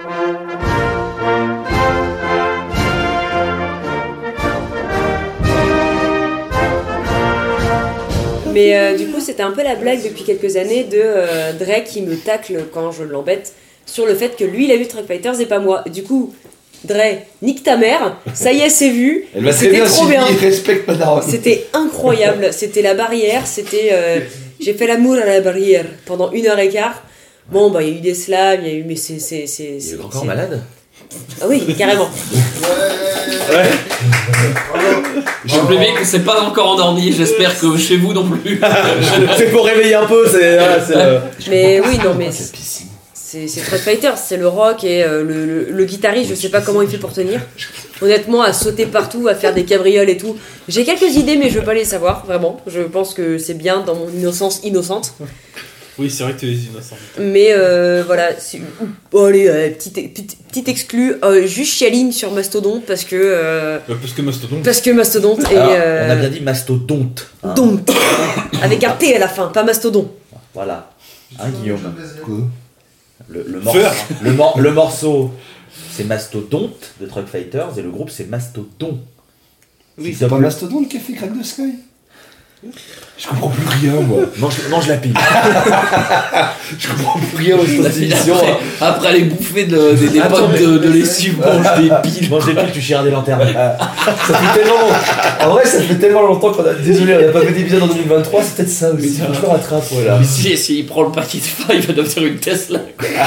Mais euh, du coup, c'était un peu la blague depuis quelques années de euh, Drake qui me tacle quand je l'embête sur le fait que lui, il a vu Truck Fighters et pas moi. Du coup, Dre, nique ta mère, ça y est, c'est vu. Elle va très C'était bien trop suivi, bien. respecte ma daronne. C'était incroyable. C'était la barrière. C'était. euh, J'ai fait l'amour à la barrière pendant une heure et quart. Bon, bah, il y a eu des slams, il y a eu. Mais c'est. c'est, c'est, Il c'est- est encore c'est- malade. Ah oui, carrément. Ouais. Je me plais que c'est pas encore endormi, j'espère que chez vous non plus. C'est pour réveiller un peu, c'est. voilà, c'est le- Mais oui, non, mais. Quelle c'est- piscine. C'est c'est Truck Fighters, c'est le rock et euh, le, le, le guitariste, je sais pas comment il fait pour tenir. Honnêtement, à sauter partout, à faire des cabrioles et tout. J'ai quelques idées, mais je veux pas les savoir, vraiment. Je pense que c'est bien dans mon innocence innocente. Oui, c'est vrai que tu es innocent. Mais euh, voilà, c'est- bon, allez, euh, petite, petite, petite exclue, euh, juste chialine sur Mastodonte parce que. euh, Bah, parce que Mastodon. parce que Mastodonte et. Alors, euh, on a bien dit mastodonte. hein. Donte. Avec un T à la fin, pas Mastodon. Voilà. Hein, Guillaume. Quoi? Le, le, morceau, Feur. le, mor- le morceau, c'est Mastodonte de Truck Fighters et le groupe, c'est Mastodon. Oui, Si c'est ça pas peut- Mastodon qui a fait Crack the Sky. Je comprends plus rien, moi. Mange, mange la pile. Je comprends plus rien aux choses d'émission. Après, après aller bouffer de- des, des Attends, potes de, de lessive, mange des piles. mange des piles, tu chieras des lanternes. Ça fait tellement longtemps. En vrai, ça fait tellement longtemps qu'on a. Désolé, on n'a pas fait d'épisode en deux mille vingt-trois, c'est peut-être ça aussi. ça. Faut que je me rattrape, voilà. Mais si, si il prend le paquet de failles, il va devenir une Tesla.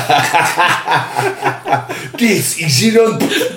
This is Elon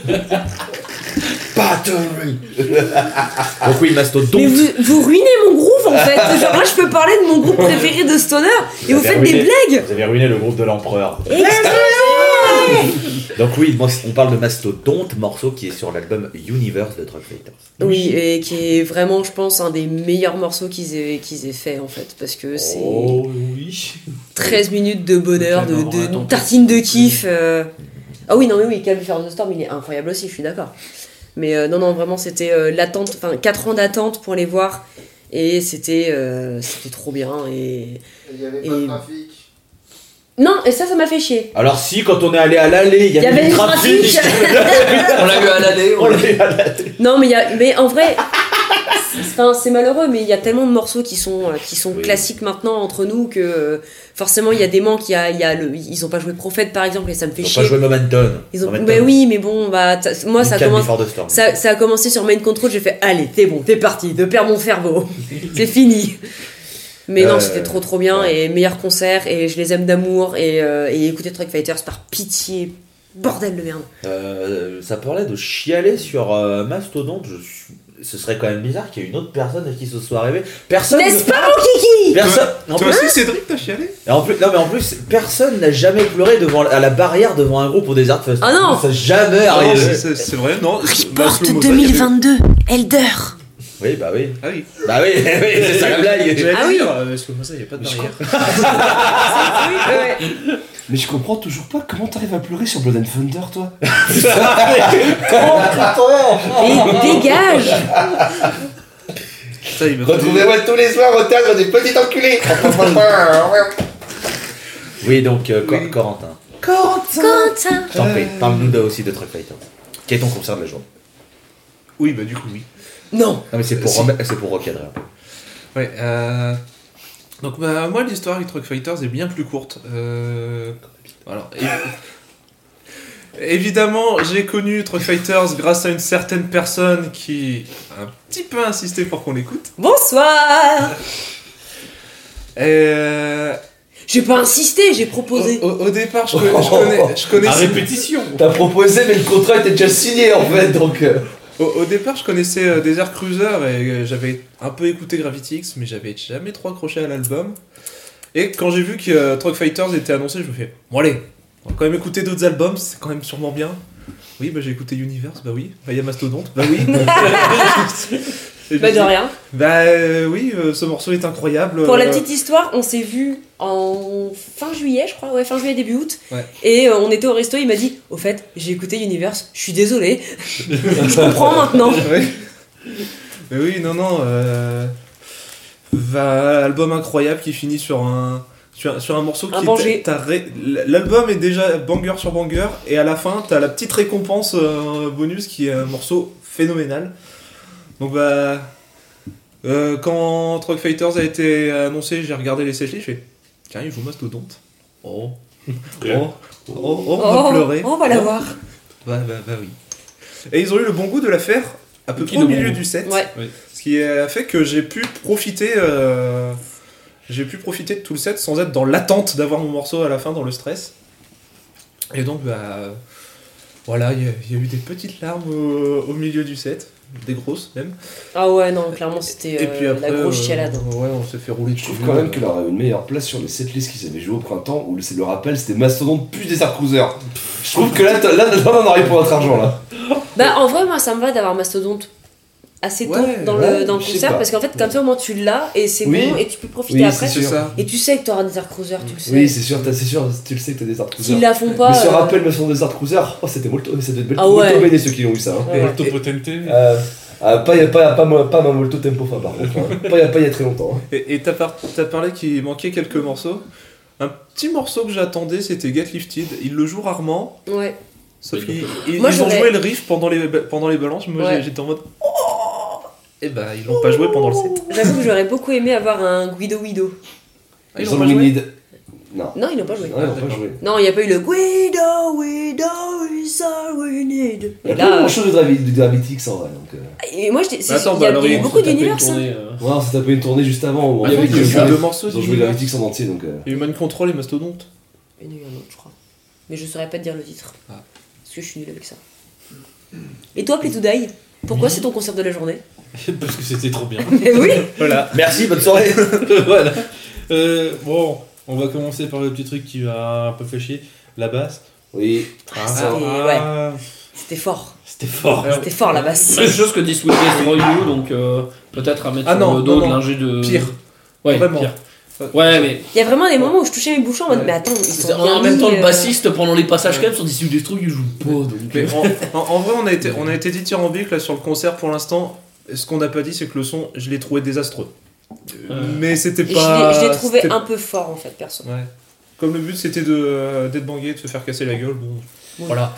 Battery. Donc oui, Mastodonte. Mais vous, vous ruinez mon groove en fait. Genre là, je peux parler de mon groupe préféré de Stoner et vous avez faites des ruiné- blagues. Vous avez ruiné le groupe de l'empereur. Excusez-moi. Donc oui, moi, on parle de Mastodonte, morceau qui est sur l'album Universe de Truck Fighters. Oui, et qui est vraiment, je pense, un des meilleurs morceaux qu'ils aient, qu'ils aient fait en fait. Parce que c'est Oh oui. treize minutes de bonheur, de, Vraiment, de attends, tartine de kiff. euh. Ah oui, non, mais oui, Calm Before the Storm, il est incroyable aussi, je suis d'accord. Mais euh, non, non, vraiment, c'était euh, l'attente, enfin, quatre ans d'attente pour les voir. Et c'était euh, c'était trop bien. Et... Il y avait pas Et- de trafic. Non, et ça, ça m'a fait chier. Alors si, quand on est allé à l'allée, il y Il y avait avait du du trafic. trafic. On l'a vu à l'année. On l'a vu à l'allée. Non, mais, il y a, mais en vrai, c'est- enfin, c'est malheureux, mais il y a tellement de morceaux qui sont, euh, qui sont Oui. classiques maintenant entre nous que euh, forcément il y a des manques. Il y a, il y a le, ils ont pas joué Prophète par exemple et ça me fait Ils ont chier. pas joué Momentum. Ils ont, Momentum. mais oui, mais bon, bah, t'as- moi ça Calm commence. Before the Storm. Ça, ça a commencé sur Main Control, j'ai fait allez, t'es bon, t'es parti, de perdre mon cerveau, c'est fini. Mais non, Euh, c'était trop trop bien ouais. et meilleur concert et je les aime d'amour et, euh, et écouter Truck Fighters par pitié, bordel de merde. Euh, ça parlait de chialer sur euh, Mastodonte. Je suis- Ce serait quand même bizarre qu'il y ait une autre personne à qui ce soit arrivé. Personne. N'est-ce pas mon kiki? Personne. En Toi plus, aussi, Cédric, t'as chialé? et en plus, non mais en plus, personne n'a jamais pleuré devant à la barrière devant un groupe au Desert Fest. Ah non. Ça n'a jamais Ah non, arrivé. c'est- c'est c'est vrai, non. Report Bah, deux mille vingt-deux, Elder. Oui, bah oui. Ah oui. Bah oui, oui, c'est ça la blague. J'allais Ah te oui. dire, euh, parce que moi, ça, y a pas de barrière. Oui, ouais. Mais je comprends toujours pas comment t'arrives à pleurer sur Blood and Thunder, toi. Et dégage. Ça, il me Retrouvez-moi tous les soirs au théâtre des petits enculés. Oui, donc euh, Cor- Oui. Corentin. Quentin. Je t'en prie, parle-nous de- aussi de Truck Fighter. Qui est ton concert de la journée? Oui, bah du coup, oui. Non. Non, mais c'est pour, Si. remettre- c'est pour recadrer un peu. Ouais, euh... Donc bah, moi l'histoire avec Truck Fighters est bien plus courte. Euh... Alors, évi- évidemment, j'ai connu Truck Fighters grâce à une certaine personne qui a un petit peu insisté pour qu'on l'écoute. Bonsoir. Euh... J'ai pas insisté, j'ai proposé. Au, au- au départ, je, co- je connais, je À connaissais, répétition. T'as proposé, mais le contrat était déjà signé en fait, donc. euh, au, au départ, je connaissais euh, Desert Cruiser et euh, j'avais un peu écouté Gravity X, mais j'avais jamais trop accroché à l'album. Et quand j'ai vu que euh, Truck Fighters était annoncé, je me fais bon allez, on va quand même écouter d'autres albums, c'est quand même sûrement bien. Oui, bah j'ai écouté Universe, bah oui. Bah il y a Mastodonte, bah oui. Et je Bah me de dis, rien. Bah euh, oui, euh, ce morceau est incroyable. Pour la euh, petite histoire, on s'est vu en fin juillet, je crois, ouais, fin juillet, début août. Ouais. Et euh, on était au resto, il m'a dit, au fait, j'ai écouté Universe, je suis désolé. Je comprends maintenant. Ouais. Mais oui, non, non. Euh... bah, album incroyable qui finit sur un. Sur un, sur un morceau Un qui banger. t'as ré- L'album est déjà banger sur banger, et à la fin, t'as la petite récompense euh, bonus qui est un morceau phénoménal. Donc, bah. euh, quand Truck Fighters a été annoncé, j'ai regardé les setlists, j'ai fait tiens, il joue Mastodonte. Oh. Oh. Oh, oh, on va Oh, pleurer. on va la voir. Bah, bah, bah oui. Et ils ont eu le bon goût de la faire à peu Qui près au le bon milieu goût du set. Ouais. Ce qui a fait que j'ai pu profiter. euh, J'ai pu profiter de tout le set sans être dans l'attente d'avoir mon morceau à la fin, dans le stress. Et donc, bah. Voilà, il y, a- il y a eu des petites larmes au, au milieu du set. Des grosses même. Ah ouais, non, clairement, c'était Et puis euh, après. la grosse euh, chialade. Ouais, on s'est fait rouler Je dessus. trouve quand même qu'il aurait une meilleure place sur les setlists qu'ils avaient joué au printemps, où c'est le rappel, c'était Mastodon plus Desert Cruiser. Je trouve que là, t'as- là, là, on en arrive pour notre argent là. Bah en vrai, moi, ça me va d'avoir Mastodonte assez tôt Ouais, dans, ouais, le, dans le je sais concert, pas. parce qu'en fait, comme ça, au moins, tu l'as, et c'est Oui. bon, et tu peux profiter Oui, après. c'est C'est ça. Et tu sais que t'auras des Air Cruiser, tu le sais. Oui, c'est sûr, t'as- c'est sûr, tu le sais que t'as Desert Cruiser. S'ils la font pas. Mais ce euh, rappel Mastodon Desert Cruiser, oh, c'était molto, ça devait être Ah ouais. molto bene ceux qui ont eu ça. Hein. Ouais. Molto potente. Euh, ah, pas, pas, pas, pas, pas ma molto tempo fa par contre, hein. pas, il y a- pas il y a très longtemps. Hein. Et et t'as par- t'as parlé qu'il manquait quelques morceaux. Un petit morceau que j'attendais, c'était Get Lifted. Ils le jouent rarement. Ouais. Sauf Oui, qu'ils ils- Moi, ils ont j'aurais- joué le riff pendant les, pendant les balances. Moi, Ouais. j'ai- j'étais en mode. Oh et bah, ils l'ont pas joué pendant le set. J'avoue que j'aurais beaucoup aimé avoir un Guido Guido. Ah, ils Ils l'ont ont pas We joué. Need. Non. Non, ils n'ont pas joué. Ouais, ils ont pas joué. Non, il n'y a pas eu le Guido, Guido is all we need. Il y Et a pas là, grand chose de, Gravi- de Gravity X en vrai. Donc, euh... et moi, j'étais- c'est- Bah, attends, il y bah, a, alors, il y a eu ils beaucoup Taper une d'univers, ça. tournée, euh, Ouais, on s'est tapé une tournée juste avant où Ah, on il y a avait eu dit deux que deux morceaux ils ont joué d'univers. Gravity X en entier donc. euh, Il y a eu Mind Control et Mastodonte. Il y en a eu un autre, je crois. Mais je saurais pas te dire le titre. Ah. Parce que je suis nul avec ça. Et toi, Play to Die, pourquoi c'est ton concert de la journée? Parce que c'était trop bien. Eh oui. Voilà. Merci, bonne soirée. Voilà. Euh, bon, on va commencer par le petit truc qui va un peu fait chier. La basse. Oui. Ah, c'était- ah, C'était fort. C'était fort. C'était fort la basse. Même chose que This Will Destroy You, donc euh, peut-être à mettre Ah sur non, le dos non, de non. l'ingé de. Pire. Ouais, Vraiment. pire. Ouais, mais Il y a vraiment des moments où je touchais mes bouchons en mode, Ouais. mais attends, ils sont en bien même mis, temps, le euh, bassiste pendant les passages Ouais. quand même sur This Will Destroy You joue pas. Donc, Mais euh, en, en- en vrai, on a été, on a été dithyrambique là sur le concert pour l'instant. Et ce qu'on n'a pas dit, c'est que le son, je l'ai trouvé désastreux. Euh, Mais c'était Je pas. l'ai- je l'ai trouvé c'était- un peu fort en fait, perso. Ouais. Comme le but c'était de euh, d'être bangé, de se faire casser la gueule, bon. voilà.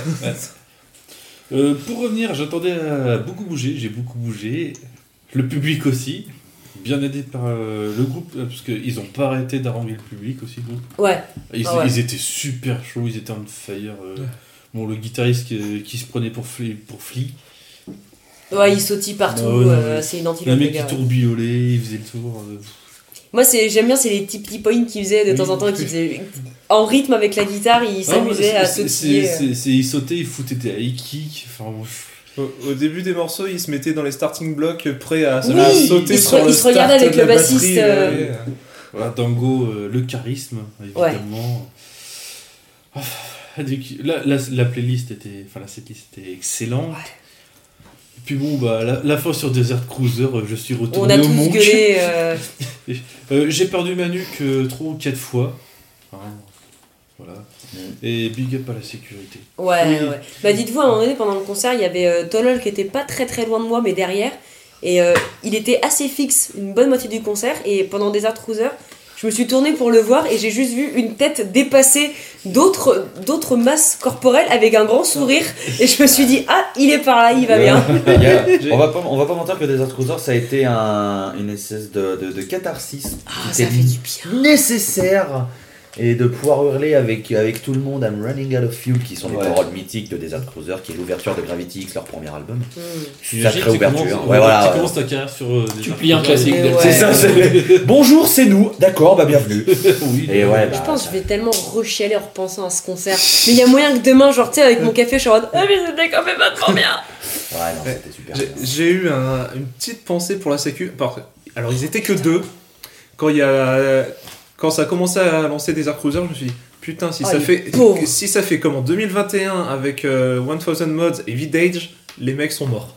Euh, pour revenir, j'attendais à beaucoup bouger. J'ai beaucoup bougé. Le public aussi. Bien aidé par euh, le groupe. euh, Parce qu'ils n'ont pas arrêté d'haranguer le public aussi. Le groupe. Ouais. Ils, Ah ouais. ils étaient super chauds. Ils étaient on fire. euh, Bon, le guitariste qui, qui se prenait pour Flea. Pour Flea. Ouais, il sautille partout, Ah ouais, non, euh, mais- c'est une Le antilope. mec le qui gars. tourbillonnait. Il faisait le tour. euh, Moi, c'est, j'aime bien, c'est les petits petits points qu'il faisait de Oui. temps en temps, qu'il faisait en rythme avec la guitare, il Non, s'amusait mais à c'est- sautiller. c'est- c'est- c'est- Il sautait, il foutait des high kicks. Enfin, bon, Au, au début des morceaux, il se mettait dans les starting blocks, prêt à, Oui, à sauter il se sur re- le il se regardait start avec de la le bassiste, batterie, euh, ouais. voilà, Dango, euh, le charisme, évidemment. Ah, du coup, là, la, la playlist était, enfin la setlist était excellente. Et puis bon, bah la, la fois sur Desert Cruiser, euh, je suis On retourné a au tous Monk. gueulé. euh, Euh, J'ai perdu ma nuque euh, trois ou quatre fois. Enfin, Voilà. Et big up à la sécurité. Ouais, Oui. ouais. Bah dites-vous, à un moment donné, pendant le concert, il y avait euh, Tolol qui était pas très très loin de moi, mais derrière. Et euh, il était assez fixe une bonne moitié du concert. Et pendant Desert Cruiser, je me suis tournée pour le voir et j'ai juste vu une tête dépasser d'autres, d'autres masses corporelles avec un grand sourire. Et je me suis dit, ah, il est par là, il va bien. Il y a- on, va pas, on va pas mentir que Desert Cruiser, ça a été un, une espèce de, de, de catharsis Ah, qui ça était fait du bien. nécessaire. Et de pouvoir hurler avec, avec tout le monde I'm running out of fuel, qui sont les Ouais. paroles mythiques de Desert Cruiser, qui est l'ouverture de Gravity X, leur premier album. Mm. Sacrée tu ouverture. commences- Ouais, voilà, tu ouais. commences ta carrière sur. euh, des Tu arts plies un culturels. classique. Et de- ouais. C'est ça, c'est. Bonjour, c'est nous. D'accord, bah bienvenue. Oui. Et ouais, Je bah, pense que ça- je vais tellement rechialer en repensant à ce concert. Mais il y a moyen que demain, genre, tu sais, avec mon café, je suis en mode, ah, mais c'était quand même vachement bien. Ouais, non, Ouais. c'était super. J'ai- bien. J'ai eu un- une petite pensée pour la sécu. Par- Alors, ils étaient que deux. Quand, il y a... Quand ça a commencé à lancer des Desert Cruiser, je me suis dit, putain, si, Oh, ça, les fait... pauvres. si ça fait comme en deux mille vingt et un avec euh, mille Mods et V-Dage, les mecs sont morts.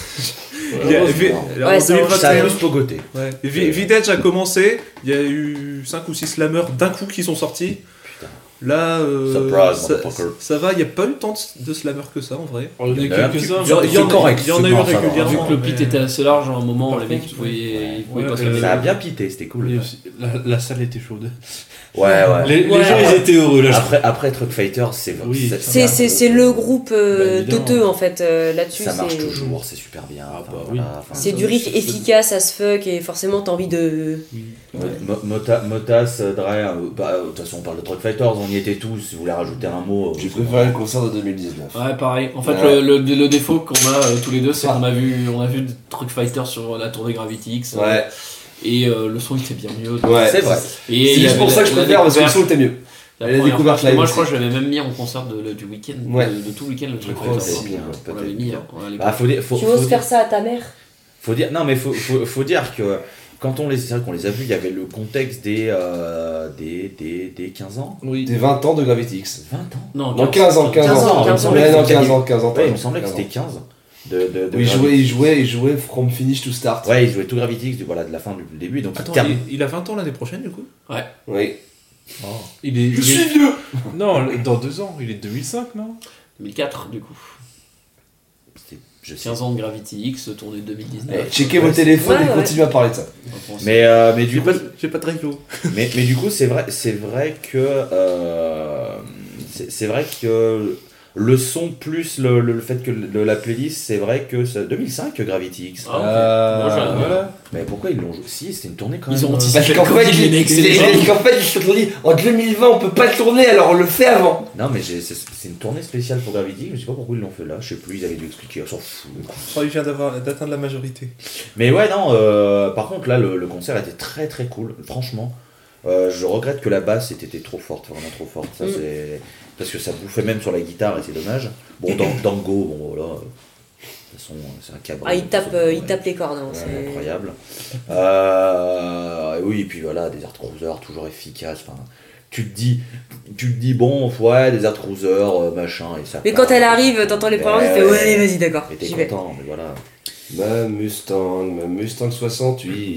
Il y a- V- Heureusement. en Ouais, ça, deux mille vingt et un, Ça a plus pogoté. ouais. V- V-Dage a commencé, il y a eu cinq ou six slammers d'un coup qui sont sortis. Putain. Là, euh, Surprise, ça, motherfucker. ça va, il n'y a pas eu tant de- de slammers que ça en vrai. Oh, il y en Il y a en a un quelques-uns. petit- Il y en- il y en a- correct, il y en a eu non, ça va. régulièrement. Vu que le pit mais- était assez large à un moment, Par les mecs contre, ils pouvaient, ils pouvaient ouais, pas se euh, laisser. Ça a bien pité, c'était cool. Oui, aussi. La, la salle était chaude. Ouais, ouais. Les, les Ouais. gens, ils étaient heureux là. je Après, après Truck Fighter, c'est Oui. C'est, c'est, c'est le groupe euh, Bah, évidemment. teuteux, en fait, euh, là-dessus. Ça marche c'est... toujours, c'est super bien. Ah, Enfin, bah voilà, oui. enfin, C'est du riff C'est- c'est- efficace as fuck et forcément t'as envie de. Mo- Mo- Mota- Motas, euh, Dre, euh, bah, euh, de toute façon on parle de Truck Fighters, on y était tous, si vous voulez rajouter un mot. euh, J'ai préféré le concert de deux mille dix-neuf. Ouais, pareil. En fait, Ouais. le, le, le défaut qu'on a euh, tous les deux, c'est Ah. qu'on a vu, on a vu Truck Fighter sur la tournée Gravity X. euh, Ouais, et euh, le son était bien mieux. ouais. C'est vrai. Et C'est il y juste avait pour la- ça que je la préfère, parce que le découverte- son était mieux. la la première découverte fois. live Moi, je crois aussi. que je l'avais même mis en concert de, le- du week-end, Ouais. de, de tout le week-end, le Truck crois Fighter. aussi, bien, On l'avait mis hein, à l'époque. Bah, faut dire, faut, Tu faut oses dire- faire ça à ta mère? faut dire, non mais faut, faut, faut dire que quand on les, c'est vrai qu'on les a vus, il y avait le contexte des, euh, des, des, des quinze ans. Oui. Des vingt ans de Gravity X. vingt ans. Non, Non, quinze ans, quinze quinze ans. ans, quinze ans. Ouais, non, quinze ans, quinze ans. Ouais, il me semblait que quinze c'était ans. quinze. De, de, de Oui, il Gravity. jouait, il jouait, il jouait From Finish to Start. Ouais, il jouait tout Gravity X du, voilà, de la fin du début. Donc Attends, il termine. il, il a vingt ans l'année prochaine du coup. Oui. Il est, il est- vieux. Non, dans deux ans, il est deux mille cinq, non deux mille quatre, du coup. C'était- Je sais. quinze ans de Gravity X, tournée deux mille dix-neuf. Eh, Checkez vos téléphones Ouais, et ouais. continuez à parler de ça. Mais, euh, mais du J'ai coup, pas, j'ai pas de réglo. mais, mais du coup, c'est vrai, c'est vrai que euh, c'est c'est vrai que le son plus le, le, le fait que le- la playlist, c'est vrai que c'est deux mille cinq Gravity X. Ah, ok. Euh, Moi, je- voilà. Mais pourquoi ils l'ont joué? Si, c'était une tournée quand même. Ils ont euh, anticipé. Parce qu'en le fait, Covid, ils, les mecs, c'est ils- des gens. ils- qu'en fait, ils se sont dit en deux mille vingt, on peut pas le tourner, alors on le fait avant. Non, mais j'ai- c'est c'est une tournée spéciale pour Gravity. Je sais pas pourquoi ils l'ont fait là. Je sais plus. Ils avaient dû expliquer. On s'en fout. Je crois qu'il vient d'avoir- d'atteindre la majorité. Mais ouais, non. euh, par contre, là, le, le concert était très très cool. Franchement, Euh, je regrette que la basse ait été trop forte, vraiment trop forte. Ça, Mm. c'est parce que ça bouffait même sur la guitare et c'est dommage. Bon, dans Dango, bon voilà. euh, De toute façon, c'est un cabaret. Ah, il tape, euh, il Ouais. tape les cordes. Hein, Ouais, c'est... incroyable. Euh, et oui, et puis voilà, Desert Cruiser, toujours efficace. Enfin, tu te dis, tu te dis bon, ouais, Desert Cruiser, euh, machin, et ça. Mais part. quand elle arrive, t'entends les paroles, tu fais ouais, allez, vas-y, d'accord. Et t'es J'y vais. content, mais voilà. Ma Mustang, ma Mustang soixante-huit.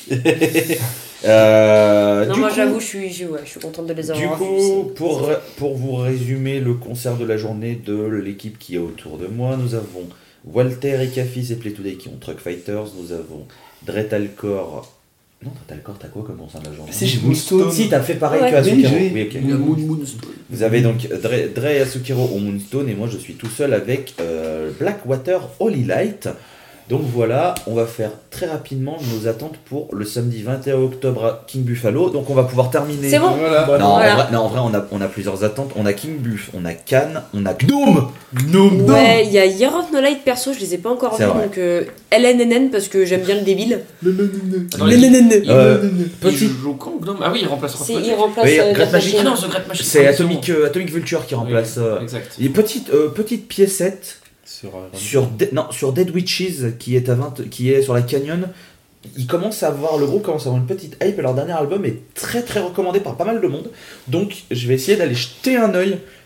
Euh, Non, du moi coup- j'avoue, je suis, je, ouais, je suis contente de les avoir Du vus, coup, pour, pour vous résumer le concert de la journée de l'équipe qui est autour de moi, nous avons Walter et Cafis et Play Today qui ont Truck Fighters, nous avons Dretalcore. Non, Dretalcore, t'as quoi comme concert de la journée? Si, j'ai Moonstone. Si, t'as fait pareil Ouais. que Asukero. Oui, Oui, ok. Le Moon Moon. Vous avez donc Dre, Dre et Asukero au Moonstone et moi je suis tout seul avec euh, Blackwater Holy Light. Donc voilà, on va faire très rapidement nos attentes pour le samedi vingt et un octobre à King Buffalo. Donc on va pouvoir terminer. C'est bon. Voilà. Non, Voilà. en vrai, non, en vrai, on a, on a plusieurs attentes. On a King Buff, on a Cannes, on a Gnome. Gnome. Ouais, il y a Year of No Light perso, je les ai pas encore C'est vus, vrai. donc euh, L N N N parce que j'aime bien le débile. Attends, Le il- N N N. il- Euh, il petit. joue quand Gnome Ah oui, il remplace C'est, Rock il Magic. remplace Oui, euh, Great Great Magic. Ah Machine. non, The Great Magic. C'est ah, Atomic, euh, Atomic Vulture qui remplace. Oui, euh, Exact. et petite, euh, petite piécette Sur, euh, sur, De- non, sur Dead Witches qui est, à vingt, qui est sur la Canyon. Ils commencent à avoir, le groupe commence à avoir une petite hype et leur dernier album est très très recommandé par pas mal de monde. Donc je vais essayer d'aller jeter un œil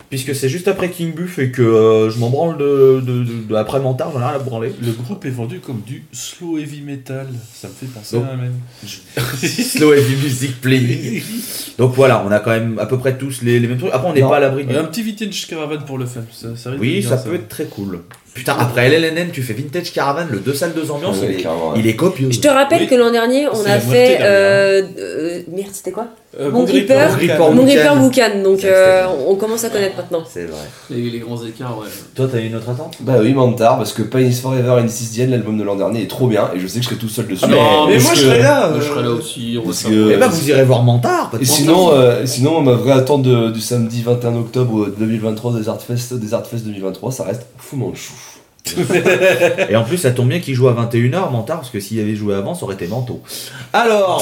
puisque c'est juste après King Buff et que euh, je m'en branle de, de, de, de après Mantard, j'en ai rien à branler. Le groupe est vendu comme du slow heavy metal. Ça me fait penser Donc, à un même. Slow heavy music playing. Donc voilà, on a quand même à peu près tous les, les mêmes trucs. Après, on n'est Non. pas à l'abri du. Un petit vintage caravan pour le fun. Ça, ça risque Oui, d'être ça bien, peut être très cool. Putain, après L L N N, tu fais Vintage Caravan, le deux salles, deux ambiances, Ouais, il, est, carrément, ouais. il est copieux. Je te rappelle Oui. que l'an dernier, on C'est a la fait. moitié derrière. Euh, euh, merde, c'était quoi Euh, Mon Gripper, Gripper, Gripper, Mon Wukan. Gripper Wukan. Donc Ouais, euh, c'était on commence à connaître maintenant. C'est vrai. Les, les grands écarts, ouais. Toi, t'as une autre attente? Bah oui, Mantar, parce que Pain is Forever and This is the End, l'album de l'an dernier, est trop bien et je sais que je serai tout seul dessus. Ah, mais- Mais parce moi je que- serais là. Moi, je euh, serais là aussi. On va parce faire- que- Eh ben, vous irez voir Mantard. pas de Et Mantard. sinon, euh, sinon, ma vraie attente de- du samedi vingt et un octobre deux mille vingt-trois des Artfest, des Artfest deux mille vingt-trois, ça reste Fu Manchu. Et en plus, ça tombe bien qu'il joue à vingt et une heures, Mantard, parce que s'il avait joué avant, ça aurait été Manteau. Alors,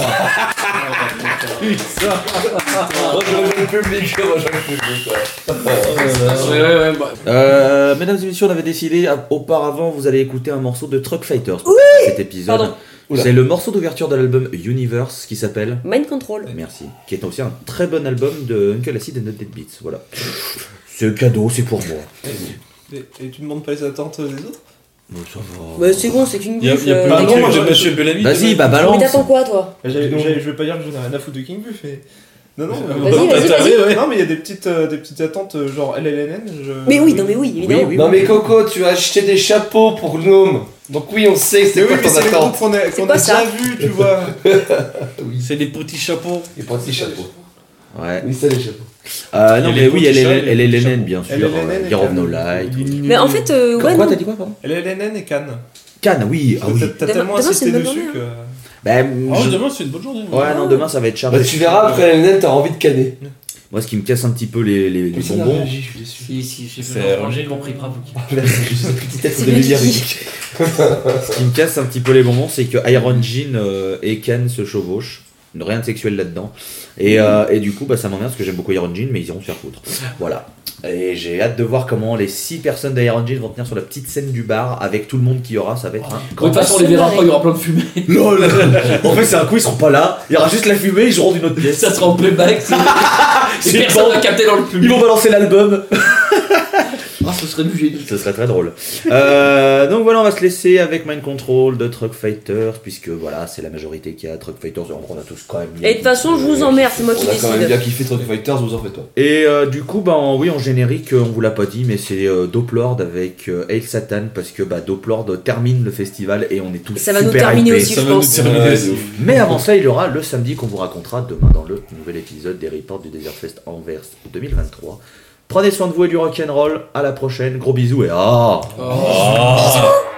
Ouais, ouais, ouais. bah, euh, mesdames et messieurs, on avait décidé, euh, auparavant, vous allez écouter un morceau de Truck Fighters pour cet épisode. Pardon. Oula. C'est le morceau d'ouverture de l'album Universe qui s'appelle. Mind Control. Merci. Qui est aussi un très bon album de Uncle Acid and the Dead Beats. Voilà. C'est cadeau, c'est pour moi. Et, et tu demandes pas les attentes des autres? Bon, ça va. Bah, c'est bon, c'est qu'une Il y a, bouffe. il y a euh, plein t'es de con, trucs de moi, Monsieur Bellamy. Vas-y, bah Mais balance. t'attends quoi, toi Bah, j'allais- j'allais- Je vais pas dire que j'en ai rien à foutre de King Buff et. Non, non, Vas-y, euh, vas-y, t'as- vas-y. ouais. Non, mais il y a des petites, euh, des petites attentes euh, genre L L N N. Je... Mais oui, non, mais oui, évidemment. Oui, oui. Non mais Coco, tu as acheté des chapeaux pour Gnome. Donc oui, on sait que Mais c'est oui, quoi mais ton c'est les attente. groupes qu'on a, qu'on quoi a ça déjà vu, tu vois. C'est des petits chapeaux. Et pas des chapeaux. Ouais. Oui, ça les chapeaux. Euh, non, Et mais les oui, petits elle chats, est les L petits L N, chapeaux. bien sûr. L L N euh, et Year of Cannes. No Light. Mais en fait, euh, ouais, Quoi, non. t'as dit quoi, pardon? L L N N et Cannes. Cannes, oui. Ah oui. T'as- T'as Demain- tellement demain, c'est insisté une bonne dessus journée, que. Ben, Ah, je- demain, c'est une bonne journée. Ouais, non, demain ça va être chargé. Bah tu verras après L L N, t'auras envie de canner. Moi, ce qui me casse un petit peu les, les, les bonbons. je suis déçu. Si, si, j'ai C'est fait Roger. j'ai compris, bravo. Merci, juste une petite tête C'est de lui lumière qui- unique. Ce qui me casse un petit peu les bonbons, c'est que Iron Jean euh, et Ken se chevauchent. Rien de sexuel là-dedans. Et, euh, et du coup, bah, ça m'emmerde parce que j'aime beaucoup Iron Jean, mais ils iront se faire foutre. Voilà. Et j'ai hâte de voir comment les six personnes d'Iron Jean vont tenir sur la petite scène du bar avec tout le monde qui y aura. Ça va être un. De toute façon, on les verra pas, il y aura plein de fumée. LOL. En fait, c'est un coup, ils seront pas là. Il y aura juste la fumée, ils joueront d'une autre pièce. Ça sera en playback. c'est- C'est Et personne bon. va capter dans le Ils public. vont balancer l'album. Ah, ce serait du génie. Ce serait très drôle. Euh, donc voilà, on va se laisser avec Mind Control de Truck Fighters, puisque voilà, c'est la majorité qui a Truck Fighters. On a tous quand même. Et de toute façon, je vous emmerde, c'est moi qui On a quand même décide. bien kiffé Truck Fighters, vous en faites pas. Et euh, du coup, bah, en- oui, en générique, euh, on vous l'a pas dit, mais c'est euh, Dope Lord avec euh, Hail Satan, parce que bah, Dope Lord termine le festival et on est tous Ça va nous super terminer hypés. aussi, Ça je va nous pense. terminer Ouais, aussi. de ouf. Mais avant ça, il y aura le samedi qu'on vous racontera demain dans le nouvel épisode des reports du Desert Fest Anvers deux mille vingt-trois. Prenez soin de vous et du rock'n'roll. À la prochaine. Gros bisous et ah. Oh.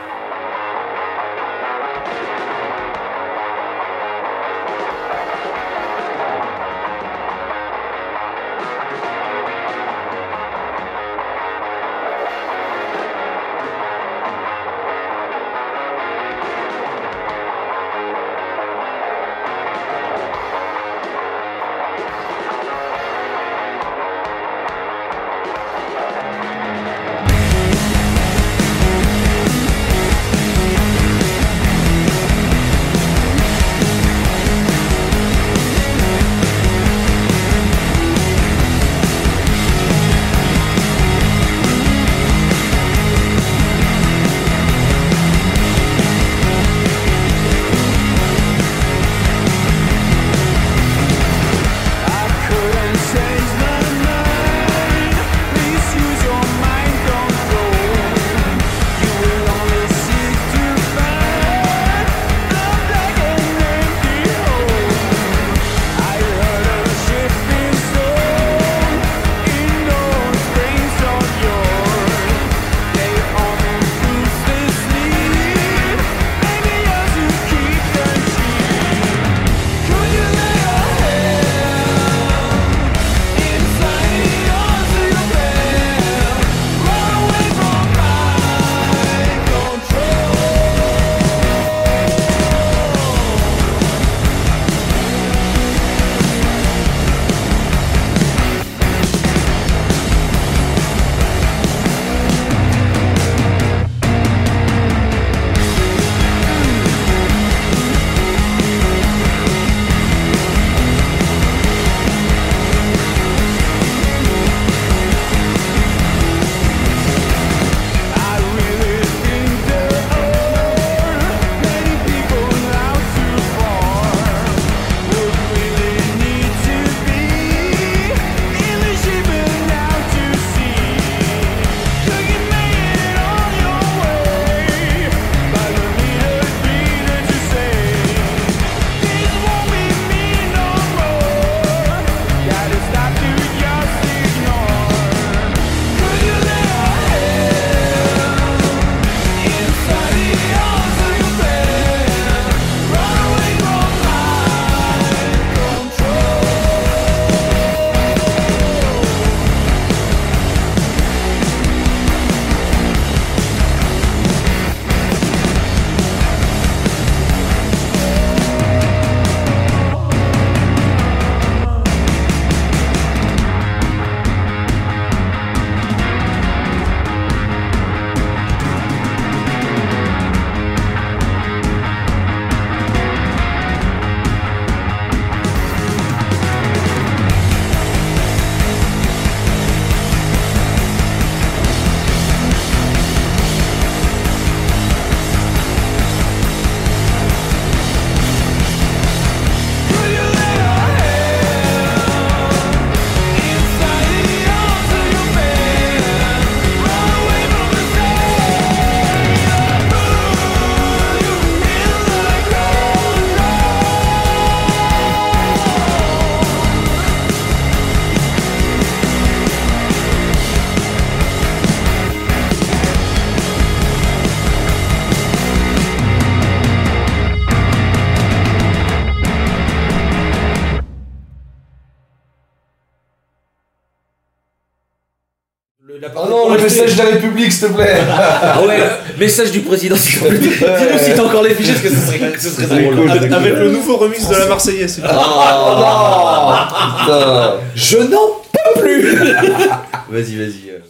Le, la Ah non, le message de la République, s'il te plaît. Ah ouais, message du président, s'il te plaît. Dis-nous si t'as encore les fichiers, parce que ce serait, ce serait C'est drôle. cool. Avec, avec le nouveau remix de la Marseillaise. c'est Oh non. Putain. Je n'en peux plus. Vas-y, vas-y. euh.